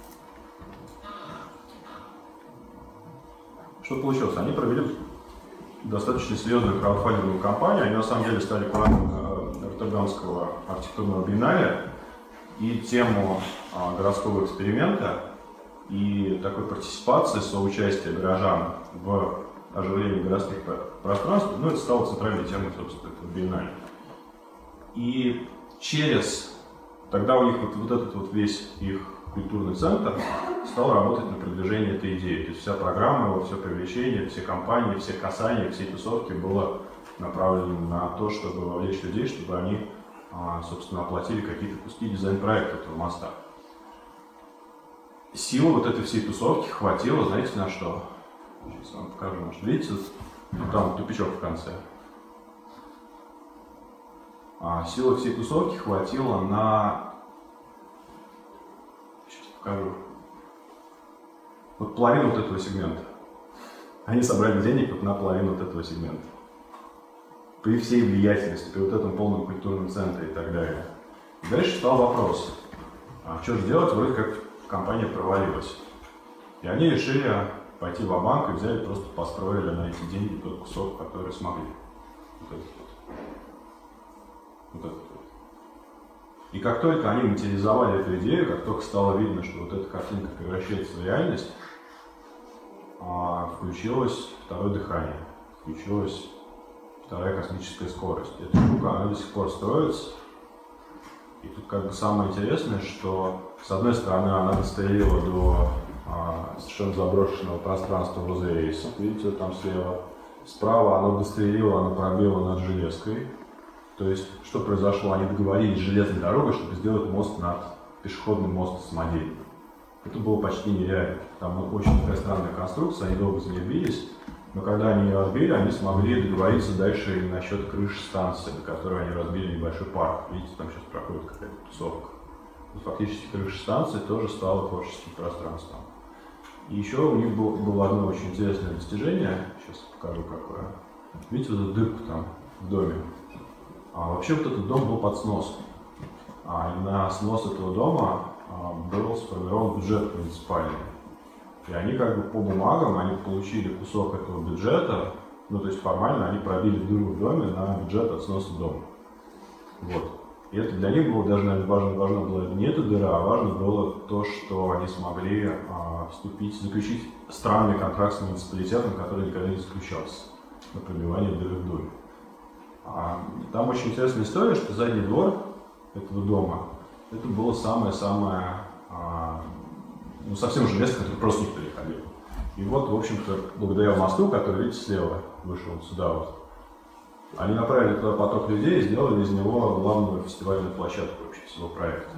S1: Что получилось? Они провели достаточно серьезную краудфандинговую кампанию. Они на самом деле стали куратором э, Роттердамского архитектурного биеннале. И тему э, городского эксперимента и такой партиципации, соучастия горожан в оживлении городских пространств, ну, это стало центральной темой, собственно, этого биеннале. И через... Тогда у них вот, вот этот вот весь их культурный центр стал работать на продвижение этой идеи. То есть вся программа его, все привлечение, все кампании, все касания, все тусовки было направлено на то, чтобы вовлечь людей, чтобы они, собственно, оплатили какие-то куски дизайн-проекта этого моста. Силы вот этой всей тусовки хватило, знаете, на что? Сейчас вам покажу, может, видите, вот там тупичок в конце. А силы всей тусовки хватило на... Сейчас покажу. Вот половину вот этого сегмента. Они собрали денег вот на половину вот этого сегмента. При всей влиятельности, при вот этом полном культурном центре и так далее. И дальше стал вопрос, а что же делать, вроде как компания провалилась. И они решили пойти в банк и взяли, просто построили на эти деньги тот кусок, который смогли. Вот этот вот. Вот этот вот. И как только они материализовали эту идею, как только стало видно, что вот эта картинка превращается в реальность, включилось второе дыхание, включилась вторая космическая скорость. Эта штука, она до сих пор строится. И тут как бы самое интересное, что с одной стороны она дострелила до а, совершенно заброшенного пространства возле рейса. Видите, вот там слева. Справа она дострелила, она пробила над железкой. То есть, что произошло? Они договорились с железной дорогой, чтобы сделать мост над пешеходным мостом самодельным. Это было почти нереально. Там очень такая странная конструкция, они долго за ней бились. Но когда они ее разбили, они смогли договориться дальше и насчет крыши станции, до которой они разбили небольшой парк. Видите, там сейчас проходит какая-то тусовка. И фактически крыша станции тоже стала творческим пространством. И еще у них было, было одно очень интересное достижение. Сейчас покажу какое. Видите вот эту дырку там в доме? А вообще вот этот дом был под снос. А на снос этого дома а, был сформирован бюджет муниципальный. И они как бы по бумагам, они получили кусок этого бюджета, ну то есть формально они пробили дыру в доме на бюджет от сноса дома. Вот. И это для них было даже, наверное, важно, важно было не эта дыра, а важно было то, что они смогли а, вступить, заключить странный контракт с муниципалитетом, который никогда не заключался, на пробивание дыры в доме. А, там очень интересная история, что задний двор этого дома, это было самое-самое, а, ну, совсем уже место, которое просто никто не ходил. И вот, в общем-то, благодаря мосту, который, видите, слева вышел вот сюда вот, они направили туда поток людей и сделали из него главную фестивальную площадку вообще всего проекта.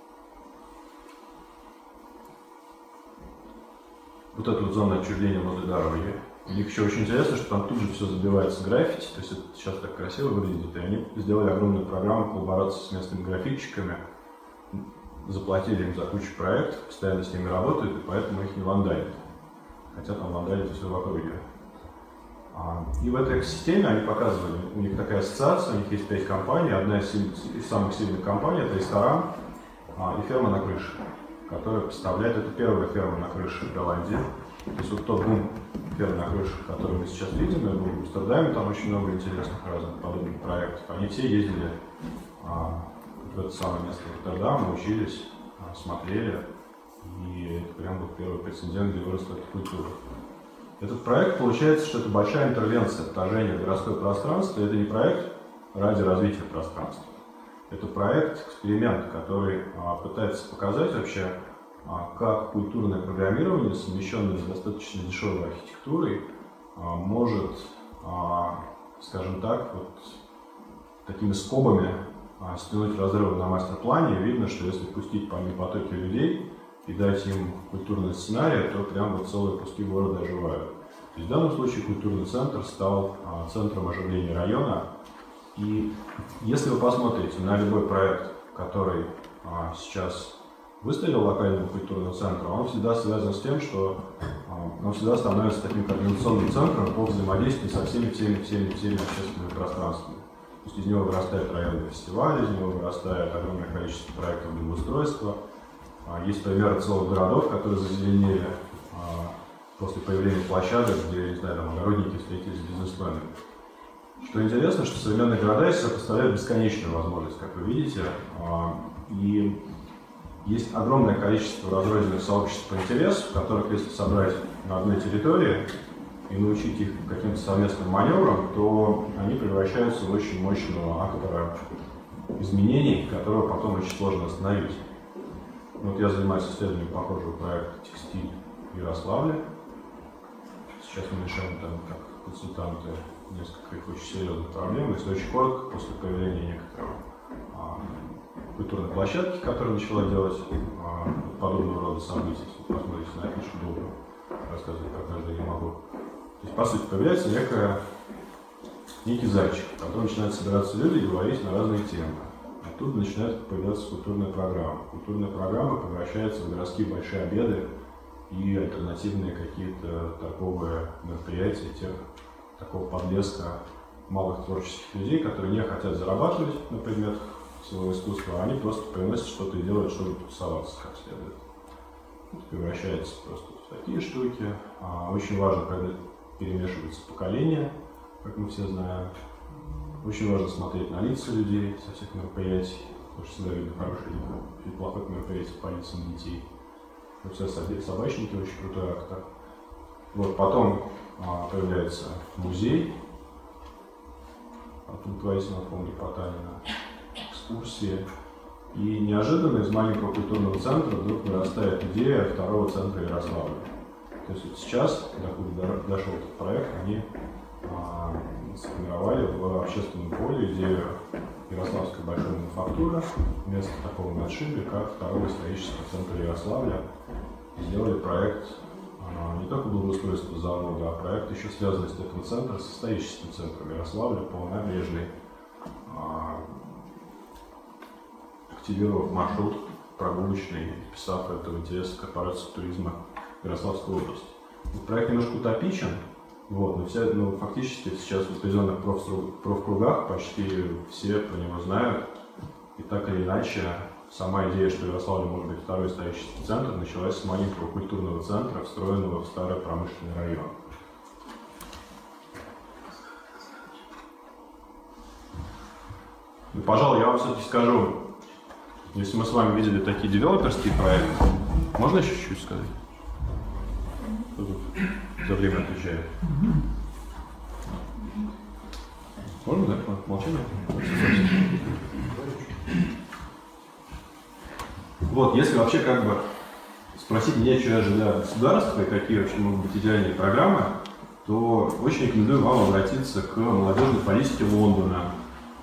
S1: Вот эта вот зона отчуждения возле дороги. У них еще очень интересно, что там тут же все забивается граффити, то есть это сейчас так красиво выглядит, и они сделали огромную программу коллаборации с местными граффитчиками, заплатили им за кучу проектов, постоянно с ними работают, и поэтому их не вандалят. Хотя там вандалят все в округе. И в этой экосистеме они показывали, у них такая ассоциация, у них есть пять компаний, одна из, сильных, из самых сильных компаний — это ресторан и ферма на крыше, которая представляет, это первая ферма на крыше в Голландии. То есть вот тот бум ферм на крыше, который мы сейчас видим, это был в Амстердаме, там очень много интересных разных подобных проектов. Они все ездили а, в это самое место в Роттердам, учились, а, смотрели, и это прям был первый прецедент, где выросла эта культура. Этот проект, получается, что это большая интервенция, вторжение в городское пространство. Это не проект ради развития пространства. Это проект, эксперимент, который а, пытается показать вообще, а, как культурное программирование, совмещенное с достаточно дешевой архитектурой, а, может, а, скажем так, вот такими скобами а, стянуть разрывы на мастер-плане. И видно, что если пустить по ним потоки людей и дать им культурный сценарий, то прям вот целые куски города оживают. То есть в данном случае культурный центр стал а, центром оживления района. И если вы посмотрите на любой проект, который а, сейчас выставил локального культурного центра, он всегда связан с тем, что он всегда становится таким координационным центром по взаимодействию со всеми, всеми, всеми, всеми общественными пространствами. То есть из него вырастает районный фестиваль, из него вырастает огромное количество проектов благоустройства. Есть примеры целых городов, которые зазеленели после появления площадок, где, не знаю, там, огородники встретились с бизнесменами. Что интересно, что современные города из себя представляют бесконечную возможность, как вы видите, и есть огромное количество разрозненных сообществ по интересу, которых, если собрать на одной территории и научить их каким-то совместным маневрам, то они превращаются в очень мощного актора изменений, которого потом очень сложно остановить. Вот я занимаюсь исследованием похожего проекта «Текстиль» в Ярославле. Сейчас мы решаем там, как консультанты, несколько их очень серьезных проблем. Если очень коротко, после появления некоторого а, культурной площадки, которая начала делать а, подобного рода события, если вы посмотрите на афишу, долго рассказывать про каждое не могу. То есть, по сути, появляется некая, некий зайчик, в котором начинают собираться люди и говорить на разные темы. Оттуда начинает появляться культурная программа. Культурная программа превращается в городские большие обеды и альтернативные какие-то торговые мероприятия тех такого подлеска малых творческих людей, которые не хотят зарабатывать на предметах своего искусства, а они просто приносят что-то и делают, чтобы тусоваться как следует. Это превращается просто в такие штуки. А очень важно, когда перемешиваются поколения, как мы все знаем. Очень важно смотреть на лица людей со всех мероприятий, потому что всегда видно хорошие и плохое мероприятие по лицам детей. Вот все собачники очень крутой актор. Вот, потом а, появляется музей от благотворительного фонда Потанина, экскурсии. И неожиданно из маленького культурного центра вдруг вырастает идея второго центра Ярославля. То есть вот сейчас, докуда дошел этот проект, они а, сформировали в общественном поле идею Ярославской большой мануфактуры вместо такого на отшибе, как второго исторического центра Ярославля. И сделали проект а, не только благоустройства завода, а проект еще связанности этого центра с историческим центром Ярославля по набережной, а, активировав маршрут прогулочный, вписав это в интерес корпорации туризма Ярославской области. Проект немножко утопичен, вот, но вся, ну, фактически сейчас в определенных профкругах почти все про него знают. И так или иначе, сама идея, что Ярославль может быть второй исторический центр, началась с маленького культурного центра, встроенного в старый промышленный район. Ну, пожалуй, я вам все-таки скажу, если мы с вами видели такие девелоперские проекты, можно еще чуть-чуть сказать? Кто тут за время отвечает? Можно, да? Молчим? Вот, если вообще как бы спросить меня, что я ожидаю от государства и какие вообще могут быть идеальные программы, то очень рекомендую вам обратиться к молодежной политике Лондона.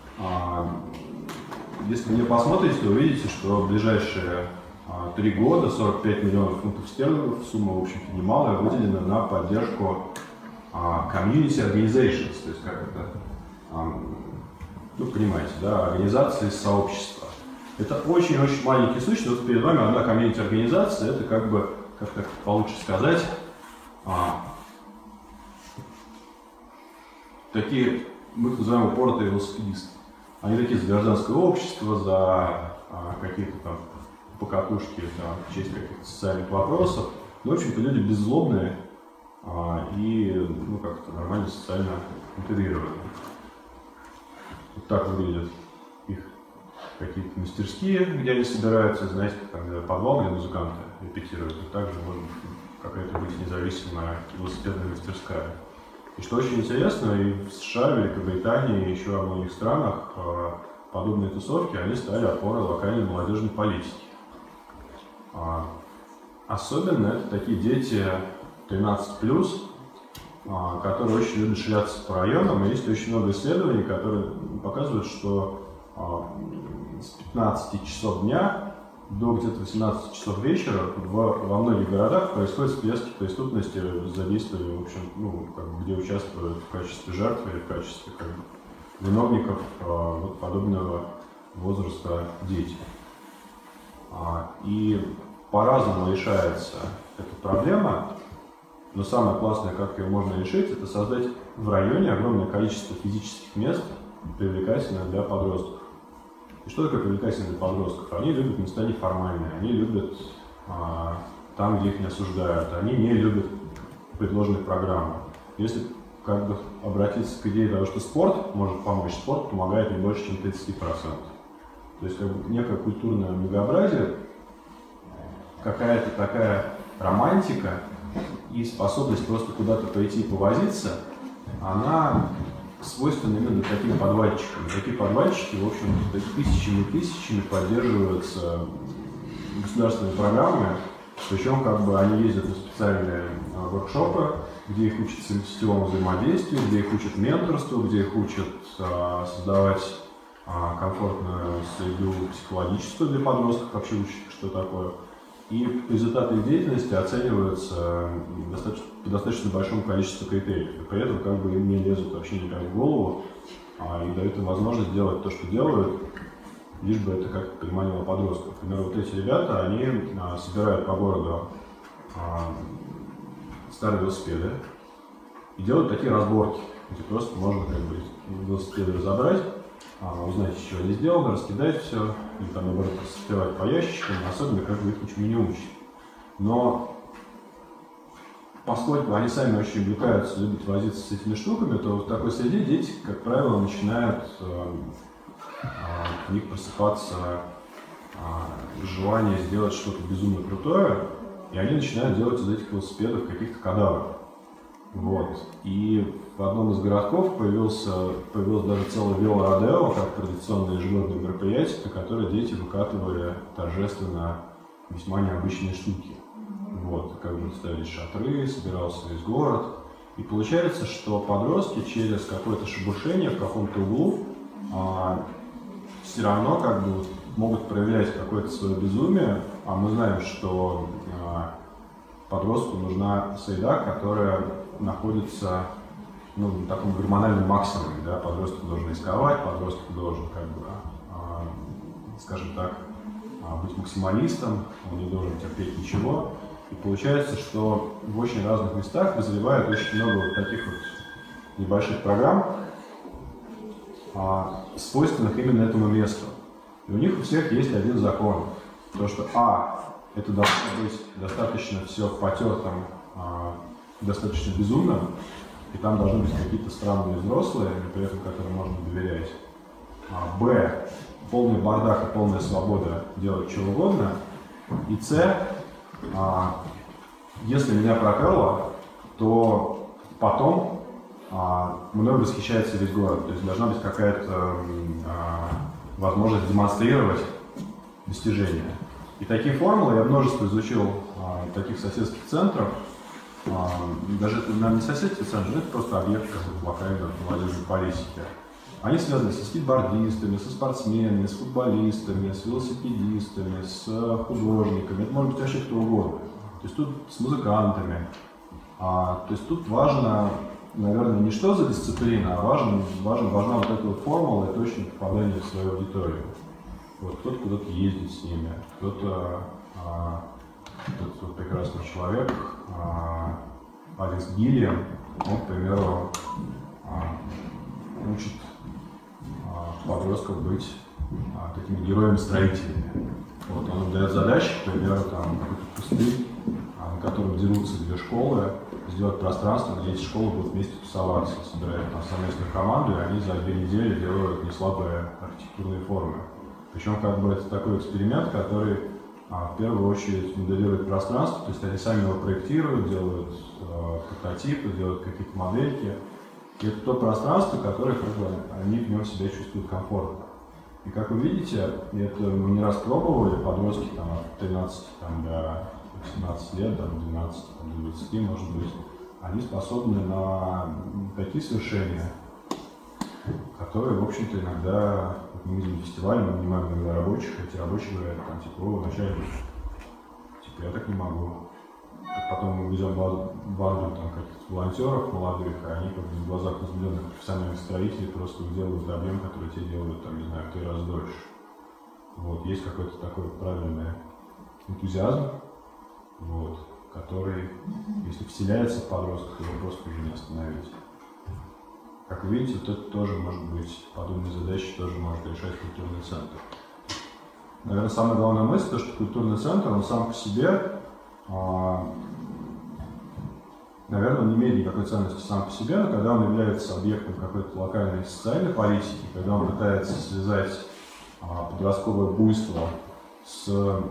S1: Если вы не посмотрите, то увидите, что в ближайшие а, три года сорок пять миллионов фунтов стерлингов, сумма, в общем-то, немалая, выделена на поддержку а, community organizations, то есть как это, а, ну, понимаете, да, организации сообщества. Это очень-очень маленький случай, вот перед вами одна community организация, это как бы, как так получше сказать, а, такие, мы их называем упоротые велосипедисты. Они такие за гражданское общество, за а, какие-то там покатушки там, в честь каких-то социальных вопросов. Ну, в общем-то, люди беззлобные а, и ну, как-то нормально социально интегрированные. Вот так выглядят их какие-то мастерские, где они собираются, знаете, там подвал, где музыканты репетируют. И также может какая-то быть независимая велосипедная мастерская. И что очень интересно, и в США, Великобритании, и еще во многих странах подобные тусовки, они стали опорой локальной молодежной политики. Особенно это такие дети тринадцать плюс, которые очень любят шляться по районам. И есть очень много исследований, которые показывают, что с пятнадцати часов дня до где-то восемнадцати часов вечера в, во многих городах происходят всплески преступности с задействованием, в общем, ну, как бы, где участвуют в качестве жертв или в качестве как бы, виновников а, вот, подобного возраста дети.
S5: А, и по-разному решается эта проблема, но самое классное, как ее можно решить, это создать в районе огромное количество физических мест, привлекательных для подростков. И что такое привлекательно для подростков? Они любят места неформальные, они любят а, там, где их не осуждают, они не любят предложенных программ. Если как бы обратиться к идее того, что спорт может помочь, спорт помогает не больше, чем тридцать процентов. То есть как бы некое культурное многообразие, какая-то такая романтика и способность просто куда-то пойти и повозиться, она свойственна именно таким подвальчикам. Такие подвальчики, в общем, тысячами и тысячами поддерживаются государственными программами, причем как бы они ездят на специальные а, воркшопы, где их учат сетевому взаимодействию, где их учат менторству, где их учат а, создавать а, комфортную среду психологическую для подростков, вообще учат, что такое. И результаты их деятельности оцениваются достаточно, по достаточно большому количеству критериев. И при этом как бы им не лезут вообще никак в голову а, и дают им возможность делать то, что делают, лишь бы это как-то приманило подростков. Например, вот эти ребята, они а, собирают по городу а, старые велосипеды и делают такие разборки, где просто можно как бы велосипеды разобрать, а, узнать, из чего они сделаны, раскидать все, или там, наоборот, распевать по ящичкам, особенно как бы их ничему не учат. Но поскольку они сами очень увлекаются, любят возиться с этими штуками, то в такой среде дети, как правило, начинают э, э, в них просыпаться э, желание сделать что-то безумно крутое, и они начинают делать из этих велосипедов каких-то кадавров. Вот. И в одном из городков появился, появилось даже целое велородео, как традиционное ежегодное мероприятие, на которое дети выкатывали торжественно весьма необычные штуки. Вот. Как бы ставились шатры, собирался весь город. И получается, что подростки через какое-то шебуршение в каком-то углу а, все равно как бы могут проявлять какое-то свое безумие, а мы знаем, что а, подростку нужна среда, которая находится ну, на таком гормональном максимуме. Да? Подросток должен рисковать, подросток должен, как бы, а, скажем так, а, быть максималистом, он не должен терпеть ничего. И получается, что в очень разных местах вызревает очень много вот таких вот небольших программ, а, свойственных именно этому месту. И у них у всех есть один закон. То, что а, это должно быть достаточно все потертым, а, достаточно безумным, и там должны быть какие-то странные взрослые, при этом которым можно доверять. А, б, полный бардак и полная свобода делать что угодно. И с, а, если меня проперло, то потом а, мной восхищается весь город. То есть должна быть какая-то а, возможность демонстрировать достижения. И такие формулы я множество изучил а, таких соседских центров. А, даже, наверное, не соседский центр, это просто объект какой-то локальной молодежной политики. Они связаны со скейтбордистами, со спортсменами, с футболистами, с велосипедистами, с художниками. Это может быть вообще кто угодно. То есть тут с музыкантами. А, то есть тут важно, наверное, не что за дисциплина, а важен, важен, важна вот эта вот формула и точное попадание в свою аудиторию. Вот кто-то куда-то ездит с ними, кто-то, а, этот вот прекрасный человек, а, Алекс Гиллиан, он, к примеру, а, учит а, подростков быть а, такими героями-строителями. Вот он им дает задачи, к примеру, там какой-то пустырь, а, на котором дерутся две школы, сделать пространство, где эти школы будут вместе тусоваться, собирают там совместную команду, и они за две недели делают неслабые архитектурные формы. Причем как бы это такой эксперимент, который а, в первую очередь моделирует пространство, то есть они сами его проектируют, делают э, прототипы, делают какие-то модельки. И это то пространство, которое как бы, они в нем себя чувствуют комфортно. И как вы видите, это мы не раз пробовали, подростки там, от тринадцати там, до семнадцати лет, до двенадцати, там, до двадцати, может быть, они способны на такие свершения, которые, в общем-то, иногда, вот мы видим фестиваль, мы нанимаем иногда рабочих, эти рабочие говорят, там, типа, о, вначале, типа, я так не могу. Потом мы везем банду там, каких-то волонтеров молодых, а они как бы в глазах возбужденных профессиональных строителей просто делают объем, который те делают, там, не знаю, в три раза дольше. Вот, есть какой-то такой правильный энтузиазм, вот, который, если вселяется в подростков, его просто уже не остановить. Как вы видите, вот это тоже может быть, подобные задачи тоже может решать культурный центр. Наверное, самая главная мысль, то, что культурный центр, он сам по себе, наверное, он не имеет никакой ценности сам по себе, но когда он является объектом какой-то локальной социальной политики, когда он пытается связать подростковое буйство с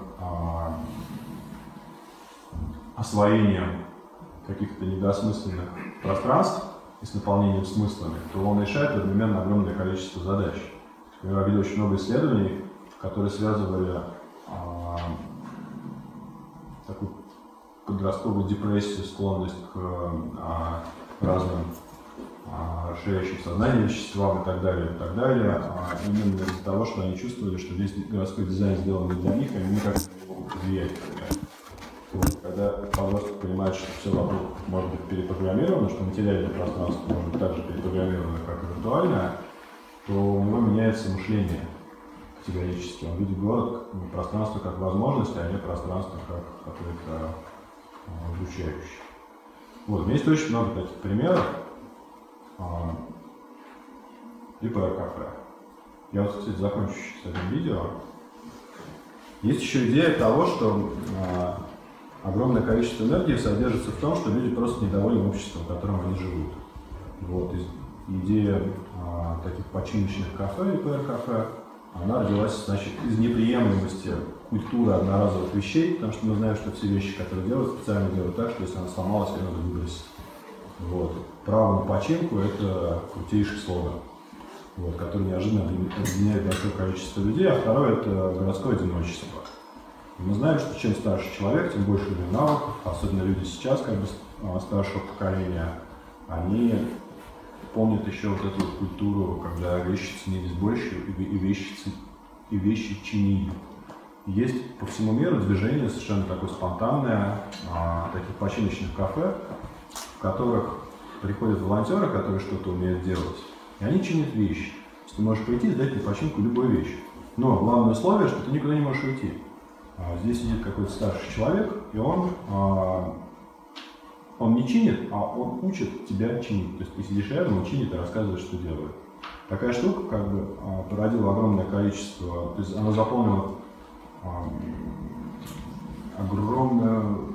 S5: освоением каких-то недосмысленных пространств и с наполнением смыслами, то он решает одновременно огромное количество задач. Я видел очень много исследований, которые связывали а, такую подростковую депрессию, склонность к а, разным а, расширяющим сознание веществам и так далее, и так далее, а именно из-за того, что они чувствовали, что весь городской дизайн сделан не для них, и они никак не могут влиять. Вот, когда подросток понимает, что все вокруг может быть перепрограммировано, что материальное пространство может быть так же перепрограммировано, как и виртуальное, то у него меняется мышление категорически. Он видит город, пространство как возможность, а не пространство как какое-то обучающее. Вот, у меня есть очень много таких примеров. И пэ эр кафе. Я вот, кстати, закончу с этим видео. Есть еще идея того, что а, огромное количество энергии содержится в том, что люди просто недовольны обществом, в котором они живут. Вот, идея а, таких починочных кафе и пэ эр кафе, она родилась, значит, из неприемлемости культуры одноразовых вещей, потому что мы знаем, что все вещи, которые делают, специально делают так, что если она сломалась, ее надо выбросить. Вот. Право на починку – это крутейший слоган, вот, который неожиданно объединяет большое количество людей, а второе – это городское одиночество. И мы знаем, что чем старше человек, тем больше у него навыков, особенно люди сейчас, как бы старшего поколения, они помнят еще вот эту вот культуру, когда вещи ценились больше и вещи, и вещи чинили. Есть по всему миру движение совершенно такое спонтанное, а, таких починочных кафе, в которых приходят волонтеры, которые что-то умеют делать, и они чинят вещи. То есть ты можешь прийти и сдать на починку любую вещь. Но главное условие, что ты никуда не можешь уйти. А, здесь сидит какой-то старший человек, и он, а, он не чинит, а он учит тебя чинить. То есть ты сидишь рядом, он чинит и рассказывает, что делает. Такая штука как бы а, породила огромное количество, то есть она заполнила а, огромную,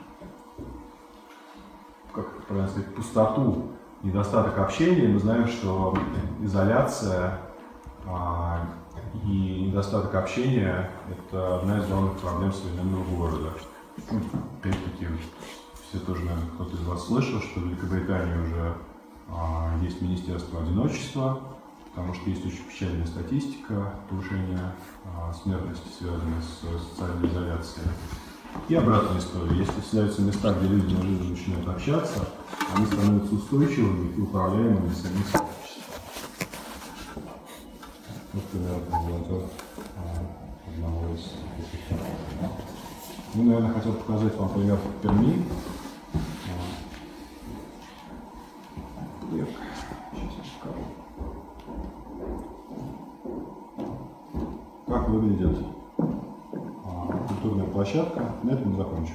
S5: как правильно сказать, пустоту, недостаток общения. Мы знаем, что изоляция а, и недостаток общения – это одна из главных проблем современного города. Опять-таки, все тоже, наверное, кто-то из вас слышал, что в Великобритании уже а, есть Министерство одиночества, потому что есть очень печальная статистика повышения а, смертности, связанной с социальной изоляцией. И обратная история. Если вселяются места, где люди неожиданно начинают общаться, они становятся устойчивыми и управляемыми самим сообществом. Вот, примерно, волонтер одного из таких. Ну, наверное, хотел показать вам пример в Перми. Сейчас я покажу. Как выглядит культурная площадка, на этом закончу,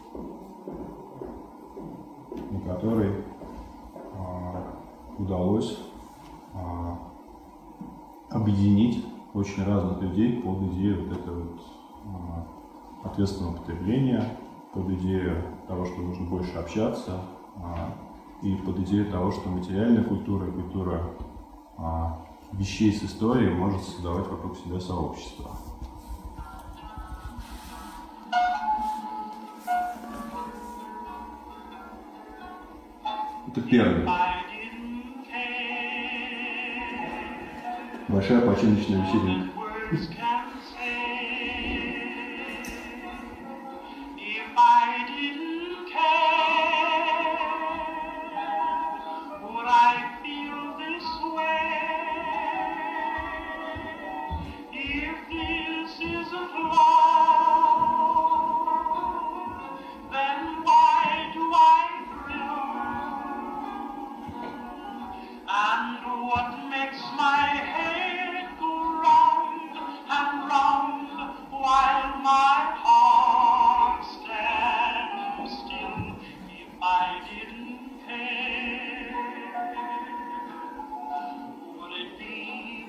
S5: на которой а, удалось а, объединить очень разных людей под идею вот этого вот, а, ответственного потребления, под идею того, что нужно больше общаться, а, и под идею того, что материальная культура и культура а, вещей с историей может создавать вокруг себя сообщество. Это первый. Большая починочная вечеринка.
S6: And what makes my head go round and round?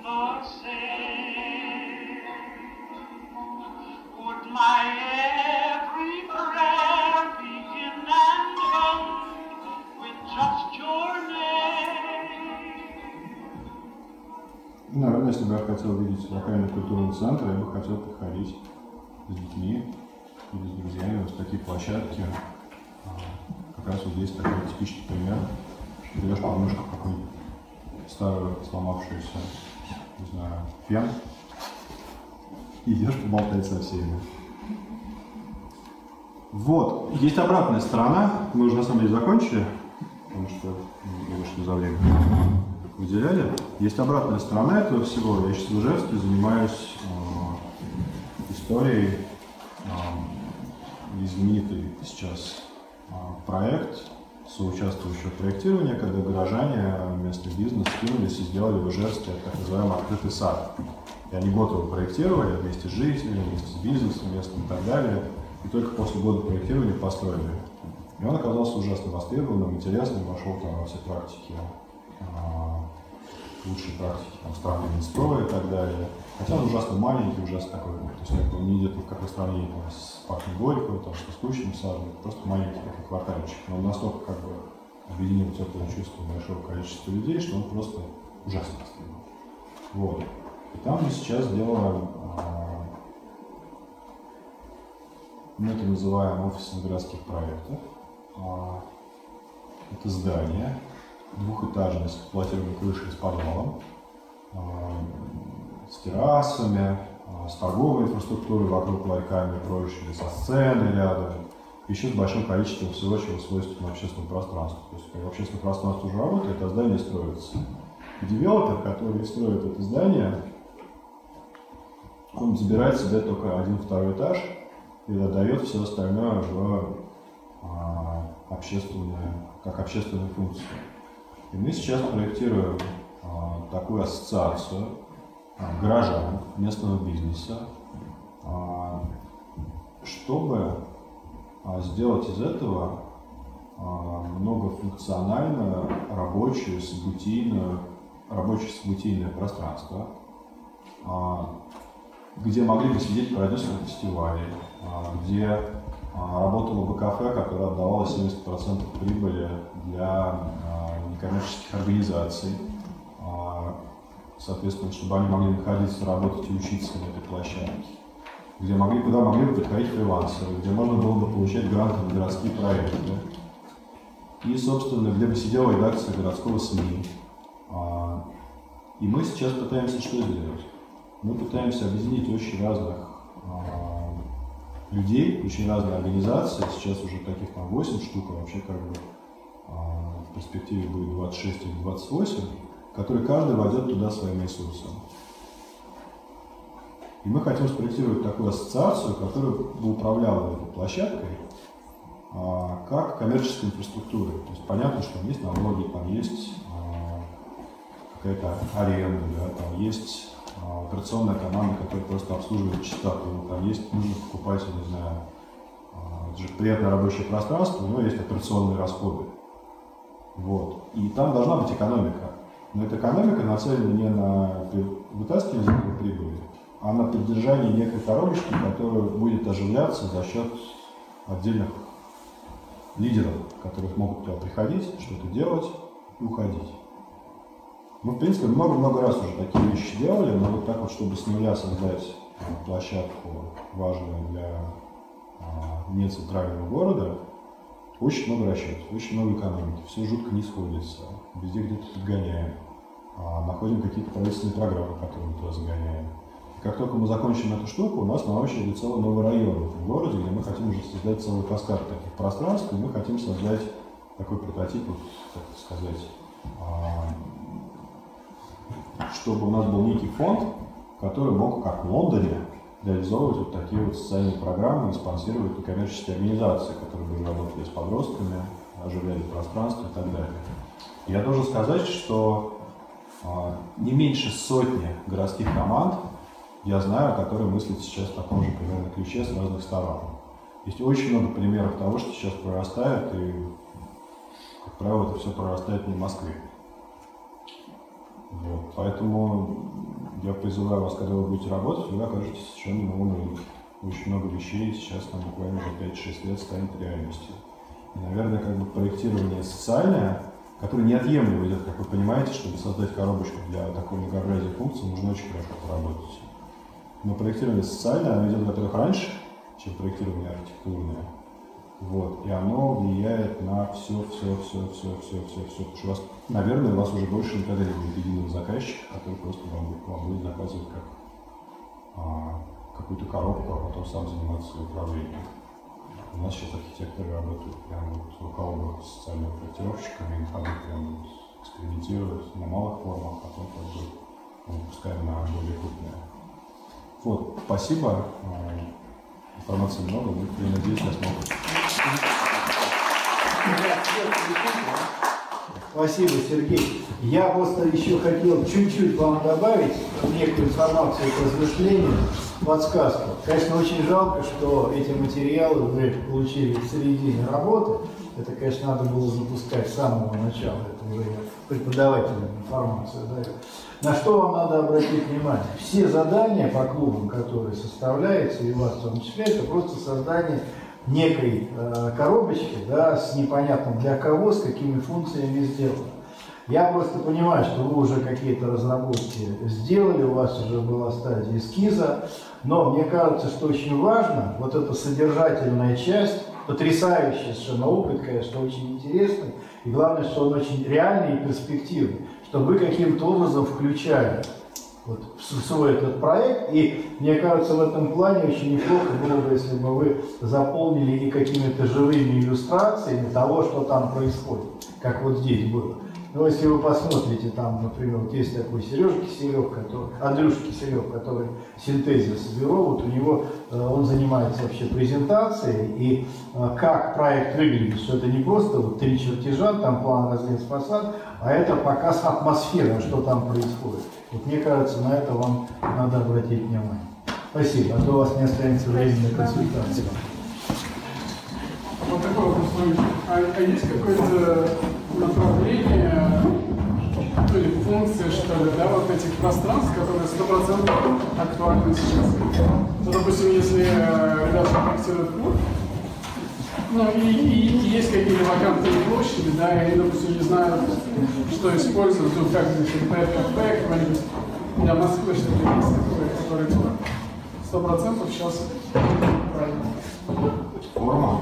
S6: for sale. Would my every prayer begin and end with just your name?
S5: Наверное, если бы я хотел видеть локальный культурный центр, я бы хотел приходить с детьми или с друзьями вот в такие площадки. Как раз вот здесь такой типичный пример. Берешь подмышку какую-нибудь старую сломавшуюся, не знаю, фен, и идешь поболтать со всеми. Вот. Есть обратная сторона. Мы уже на самом деле закончили, потому что мы вышли за время. Выделяли. Есть обратная сторона этого всего. Я сейчас в Ижевске занимаюсь э, историей, э, знаменитый сейчас э, проект соучаствующего проектирования, когда горожане, местный бизнес скинулись и сделали в Ижевске так называемый открытый сад. И они год его проектировали вместе с жителями, вместе с бизнесом местным и так далее. И только после года проектирования построили. И он оказался ужасно востребованным, интересным, вошел там во все практики, лучшие практики там, страны Минстроя и так далее. Хотя он ужасно маленький, ужасно такой, то есть он не идет ни в какое сравнение там, с парком Горького, там, с Кускущим садом, просто маленький такой квартальчик. Но он настолько как бы объединил теплое чувство большого количества людей, что он просто ужасно востребован. Вот. И там мы сейчас делаем, мы это называем офисом городских проектов. Это здание, двухэтажное, с эксплуатируемой крышей, с подвалом, с террасами, с торговой инфраструктурой вокруг ларьками и прочее, со сценой рядом, еще с большим количеством всего, чего свойственно общественному пространству. То есть, когда общественное пространство уже работает, а здание строится. И девелопер, который строит это здание, он забирает себе только один-второй этаж и отдает все остальное в а, общественную, как общественную функцию. И мы сейчас проектируем а, такую ассоциацию а, горожан, местного бизнеса, а, чтобы а, сделать из этого а, многофункциональное рабочее событийное, рабочее событийное пространство, а, где могли бы сидеть продюсеры фестивалей, где работало бы кафе, которое отдавало семьдесят процентов прибыли для некоммерческих организаций, соответственно, чтобы они могли находиться, работать и учиться на этой площадке, где могли, куда могли бы приходить фрилансеры, где можно было бы получать гранты на городские проекты, и, собственно, где бы сидела редакция городского СМИ. И мы сейчас пытаемся что сделать? Мы пытаемся объединить очень разных э, людей, очень разные организации. Сейчас уже таких там восемь штук, а вообще как бы э, в перспективе будет двадцать шесть или двадцать восемь, которые каждый войдет туда своим ресурсом. И мы хотим спроектировать такую ассоциацию, которая бы управляла этой площадкой э, как коммерческой инфраструктурой. То есть понятно, что там есть налоги, там есть э, какая-то аренда, да, там есть операционная команда, которая просто обслуживает частоту, там есть, нужно покупать, я не знаю, это же приятное рабочее пространство, но есть операционные расходы. Вот. И там должна быть экономика. Но эта экономика нацелена не на вытаскивание прибыли, а на поддержание некой коробочки, которая будет оживляться за счет отдельных лидеров, которые смогут туда приходить, что-то делать и уходить. Мы, в принципе, много-много раз уже такие вещи делали, но вот так вот, чтобы с нуля создать площадку, важную для а, нецентрального города, очень много расчетов, очень много экономики, все жутко не сходится, везде где-то подгоняем, а, находим какие-то правительственные программы, которые мы туда загоняем. И как только мы закончим эту штуку, у нас на очереди целый новый район в этом городе, где мы хотим уже создать целый каскад таких пространств, и мы хотим создать такой прототип, вот, как это сказать, а, чтобы у нас был некий фонд, который мог, как в Лондоне, реализовывать вот такие вот социальные программы и спонсировать некоммерческие организации, которые бы работали с подростками, оживляли пространство и так далее. Я должен сказать, что а, не меньше сотни городских команд я знаю, которые мыслят сейчас в таком же примерно ключе с разных сторон. Есть очень много примеров того, что сейчас прорастает, и, как правило, это все прорастает не в Москве. Вот. Поэтому я призываю вас, когда вы будете работать, вы окажетесь совершенно на новом рынке. Очень много вещей сейчас там буквально за пять-шесть лет станет реальностью. И, наверное, как бы проектирование социальное, которое неотъемлемо идет, как вы понимаете, чтобы создать коробочку для такого многообразия функций, нужно очень хорошо поработать. Но проектирование социальное, оно идет, во-первых, раньше, чем проектирование архитектурное. Вот. И оно влияет на все, все, все, все, все, все, все. Потому что у вас, наверное, у вас уже больше никогда не будет единого заказчика, который просто вам, вам будет заказывать как а, какую-то коробку, а потом сам заниматься управлением. У нас сейчас архитекторы работают прямо вот рука об руку с социальными проектировщиками, и ходы прямо вот экспериментируют на малых формах, а потом как бы выпускаем на более крупные. Вот, спасибо. Информации много, но я надеюсь, я смогу.
S2: Спасибо, Сергей. Я просто еще хотел чуть-чуть вам добавить некую информацию к размышлению, подсказку. Конечно, очень жалко, что эти материалы вы получили в середине работы. Это, конечно, надо было запускать с самого начала. Это уже преподавательную информацию даю. На что вам надо обратить внимание? Все задания по клубам, которые составляются, и у вас в том числе, это просто создание некой э, коробочки, да, с непонятным для кого, с какими функциями сделано. Я просто понимаю, что вы уже какие-то разработки сделали, у вас уже была стадия эскиза, но мне кажется, что очень важно, вот эта содержательная часть, потрясающий совершенно опыт, конечно, очень интересный, и главное, что он очень реальный и перспективный, чтобы вы каким-то образом включали вот, в свой этот проект, и мне кажется, в этом плане очень неплохо было бы, если бы вы заполнили и какими-то живыми иллюстрациями того, что там происходит, как вот здесь было. Но если вы посмотрите, там, например, вот есть такой Сережа Киселев, который, Андрюша Киселев, который синтезис бюро, вот у него, он занимается вообще презентацией, и как проект выглядит, что это не просто вот три чертежа, там план, размер, фасад, а это показ атмосферы, что там происходит. Вот мне кажется, на это вам надо обратить внимание. Спасибо, а то у вас не останется времени на консультацию.
S7: Вот такой вопрос. А, а есть какое-то направление, ну, или функция, что ли, да, вот этих пространств, которые сто процентов актуальны сейчас? Ну, допустим, если ребята проектируют клуб, ну, и, и, и есть какие-то вакантные площади, да, и они, допустим, не знают, что используют, ну, как пэт-кафе, какой-нибудь для Москвы, что-то есть такое, которое сто процентов сейчас правильно.
S5: Форма.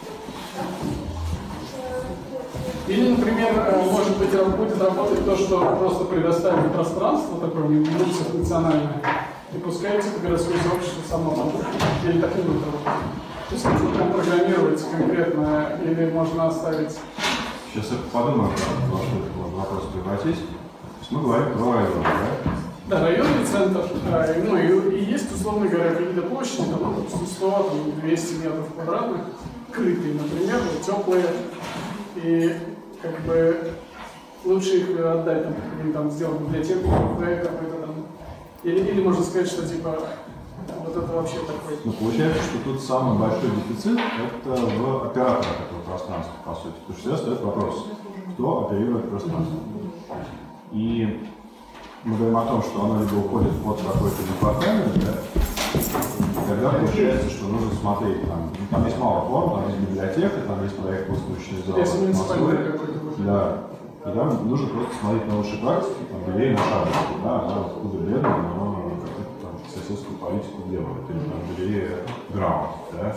S7: Или, например, может быть, будет работать то, что просто предоставить пространство такое мультифункциональное, и пускай это городское сообщество само там, или так и будет работать. То есть нужно прям программировать конкретно, или можно оставить...
S5: Сейчас я подумаю, во что этот вопрос превратить. То есть мы говорим про район, да?
S7: Да, районный центр, ну и, и есть, условно говоря, какие-то площади, там, допустим, сто двести метров квадратных, крытые, например, теплые, и как бы лучше их отдать, там, или там сделать библиотеку, какой-то там, или, или можно сказать, что типа вот это вообще такой.
S5: Ну, получается, что тут самый большой дефицит это в операторах этого пространства, по сути. Потому что всегда стоит вопрос, кто оперирует пространство. И мы говорим о том, что оно либо уходит под какой-то департамент, да, тогда получается, что нужно смотреть, там, ну, там есть мало форм, там есть библиотека, там есть проект «Выставочный зал».
S7: Если муниципальный какой-то.
S5: Да. И там нужно просто смотреть на лучшие практики, там, галереи на шапочке, да, она откуда бедная, но какую-то там соседскую политику делает, или там галерея Граунд, да.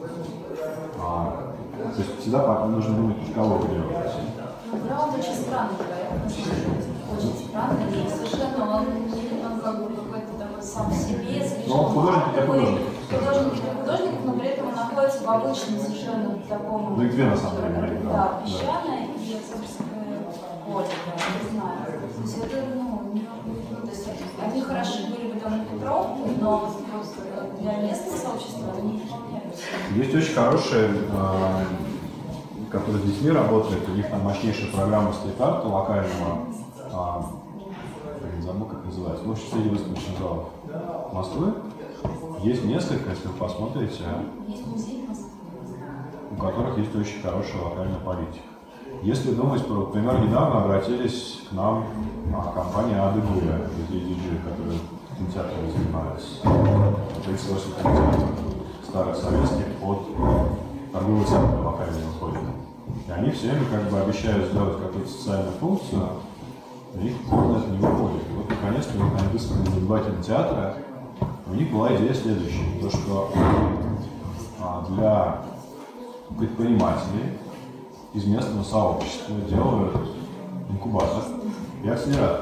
S5: А, то есть всегда нужно думать, кого вы делаете.
S8: Граунд очень странный проект, очень странный, и совершенно он, он как бы какой-то такой сам себе, слишком...
S5: Но он художник для художников.
S8: Художник для художников, но при этом он находится в обычном совершенно таком...
S5: Ну и две на самом деле.
S8: Да, песчаное и Октябрьское поле, да, не знаю. То есть это, ну, не, ну, то есть они хороши были бы там на Петровке, но просто для местного сообщества они не...
S5: Есть очень хорошие, которые с детьми работают, у них там мощнейшая программа стрит-арта локального, а, не забыл, как называется, в общем, среди выставочных залов Москвы. Есть несколько, если вы посмотрите,
S8: Есть музей в Москве,
S5: у которых есть очень хорошая локальная политика. Если думать про, например, недавно обратились к нам а, компания Адыгуя, ди джей, которая производственный комитет старых советских под торговый центр локальный выходит. И они все время как бы обещают сделать какую-то социальную функцию, и их полно это не выходит. И вот наконец-то они высказали обыватели театра, у них была идея следующая, то что а, для предпринимателей из местного сообщества делают инкубатор и акселератор.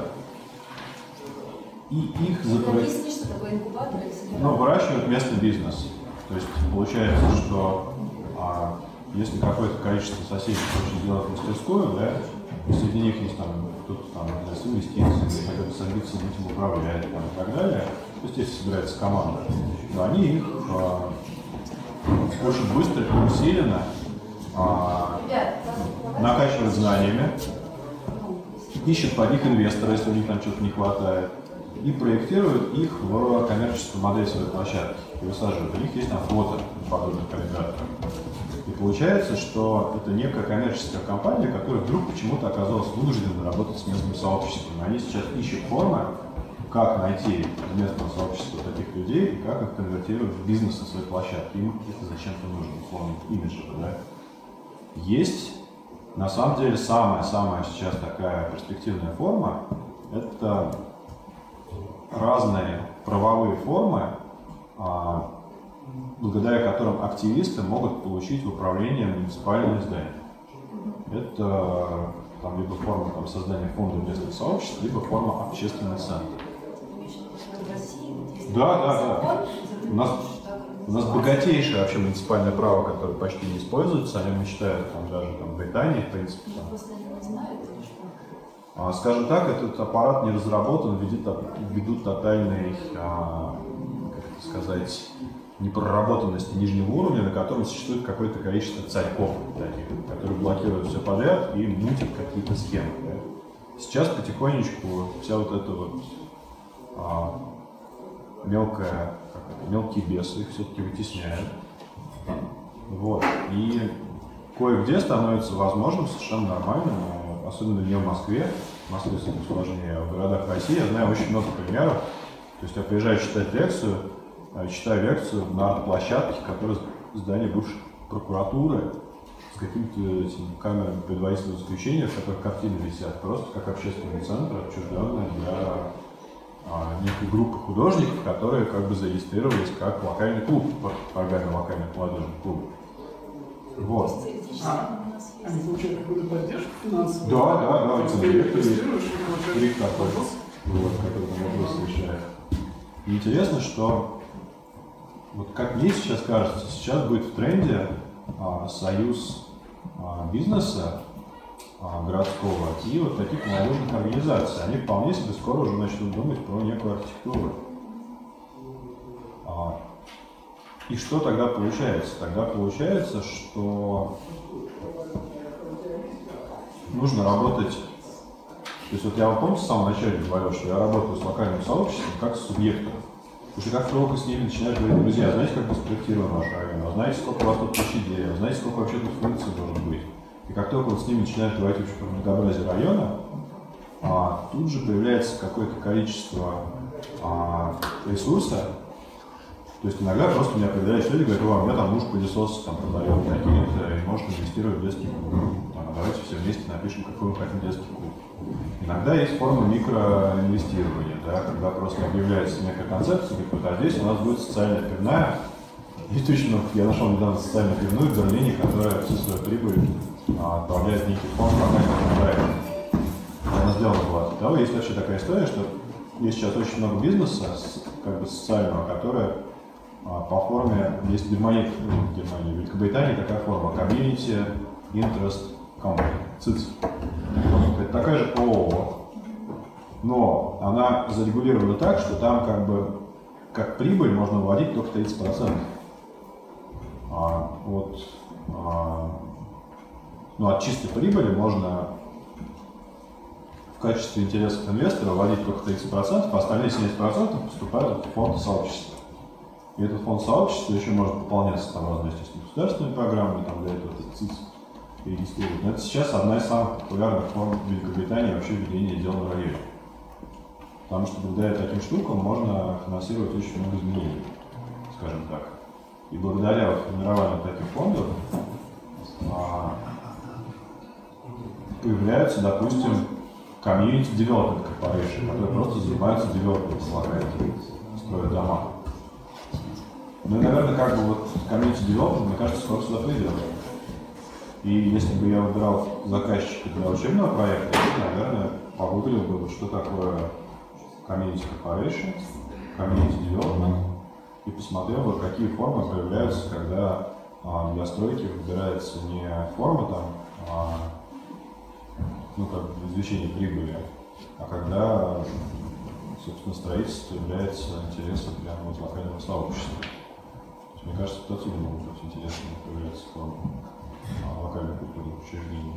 S5: И их запро...
S8: Объясни, что такое инкубатор и акселератор.
S5: Ну, выращивают местный бизнес. То есть получается, что а, если какое-то количество соседей хочет сделать мастерскую, да, и среди них есть там кто-то там с инвестициями, кто-то садится этим управляет там, и так далее, то есть если собирается команда, то они их а, очень быстро и усиленно а, накачивают знаниями, ищут под них инвестора, если у них там что-то не хватает, и проектируют их в коммерческую модель своей площадки и высаживают. У них есть там флота подобных каллиграторов. И получается, что это некая коммерческая компания, которая вдруг почему-то оказалась вынуждена работать с местным сообществом. Они сейчас ищут формы, как найти из местного сообщества таких людей и как их конвертировать в бизнес на своей площадке. Им это зачем-то нужно, условно, имиджево, да? Есть, на самом деле, самая-самая сейчас такая перспективная форма – это разные правовые формы, а, благодаря которым активисты могут получить в управление муниципальными зданиями. Это там, либо форма там, создания фонда местных сообществ, либо форма общественных центров. Да, да, да. У нас, у нас богатейшее вообще муниципальное право, которое почти не используется, о нем мечтают там, даже там, в Британии, в принципе. Там. Скажем так, этот аппарат не разработан ввиду тотальной, как это сказать, непроработанности нижнего уровня, на котором существует какое-то количество царьков, таких, которые блокируют все подряд и мутят какие-то схемы. Да? Сейчас потихонечку вся вот эта вот а, мелкая, как это, мелкие бесы их все-таки вытесняют. Вот. И кое-где становится возможным совершенно нормально, особенно не в Москве. В Москве с этим сложнее, а в городах России я знаю очень много примеров. То есть я приезжаю читать лекцию, читаю лекцию на арт-площадке, которая здание бывшей прокуратуры с какими-то этими камерами предварительного заключения, в которых картины висят, просто как общественный центр, отчужденный для а, некой группы художников, которые как бы зарегистрировались как локальный клуб по программе локальных молодежных клубов. Вот.
S7: А, они получают какую-то поддержку финансовую?
S5: Да, да, да.
S7: То есть ты регистрируешь и
S5: получаешь вот, который там вопрос решает. И интересно, что вот как мне сейчас кажется, сейчас будет в тренде а, союз а, бизнеса а, городского и вот таких молодежных организаций. Они вполне себе скоро уже начнут думать про некую архитектуру. А, и что тогда получается? Тогда получается, что нужно работать. То есть вот я вам помните, в самом начале говорил, что я работаю с локальным сообществом как с субъектом. Потому что как только с ними начинаешь говорить, друзья, знаете, как мы спроектирован ваш район, а знаете, сколько у вас тут площадей, а знаете, сколько вообще тут функций должен быть. И как только вот с ними начинаешь говорить вообще про многообразие района, а, тут же появляется какое-то количество а, ресурса. То есть иногда просто меня определяют люди, говорят, о, у меня там муж пылесос там продает какие-то, и может инвестировать в детский клуб. Там, давайте все вместе напишем, какой мы хотим детский клуб. Иногда есть форма микроинвестирования, да, когда просто объявляется некая концепция, говорит, а здесь у нас будет социальная пивная. Есть очень много, я нашел недавно социальную пивную в Берлине, которая всю свою прибыль а, отправляет в некий фонд локального проекта. Она сделана была. Да, есть вообще такая история, что есть сейчас очень много бизнеса, как бы социального, которое а, по форме, есть в Германии, ну, в Германии, в Великобритании такая форма, Community Interest Company, ЦИЦ. Это такая же ООО, но она зарегулирована так, что там как бы как прибыль можно выводить только тридцать процентов. А, от, а, ну, от чистой прибыли можно в качестве интересов инвестора вводить только тридцать процентов, а остальные семьдесят процентов поступают в фонд сообщества. И этот фонд сообщества еще может пополняться там разными государственными программами, там для этого ЦИЦ регистрировать. Но это сейчас одна из самых популярных форм в Великобритании вообще ведения дел в районе. Потому что благодаря таким штукам можно финансировать очень много изменений скажем так. И благодаря вот формированию таких фондов а, появляются, допустим, community development corporation, которые просто занимаются девелопментом локальным, строят дома. Ну и, наверное, как бы вот community development, мне кажется, скоро сюда придет. И если бы я выбирал заказчика для учебного проекта, я, наверное, погуглил бы, вот, что такое community corporation, community development, и посмотрел бы, какие формы появляются, когда а, для стройки выбирается не форма там, а, ну, как бы извлечение прибыли, а когда, собственно, строительство является интересом прямо вот локального сообщества. То есть, мне кажется, вот отсюда могут быть интересные появляться формы а, локальных культурных учреждений.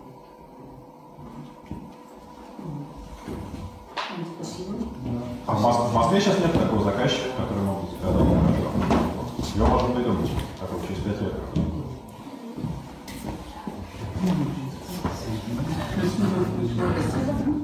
S5: А в Мос- в Москве сейчас нет такого заказчика, который мог бы заказать. Его можно придумать, такого через пять лет.
S7: Спасибо.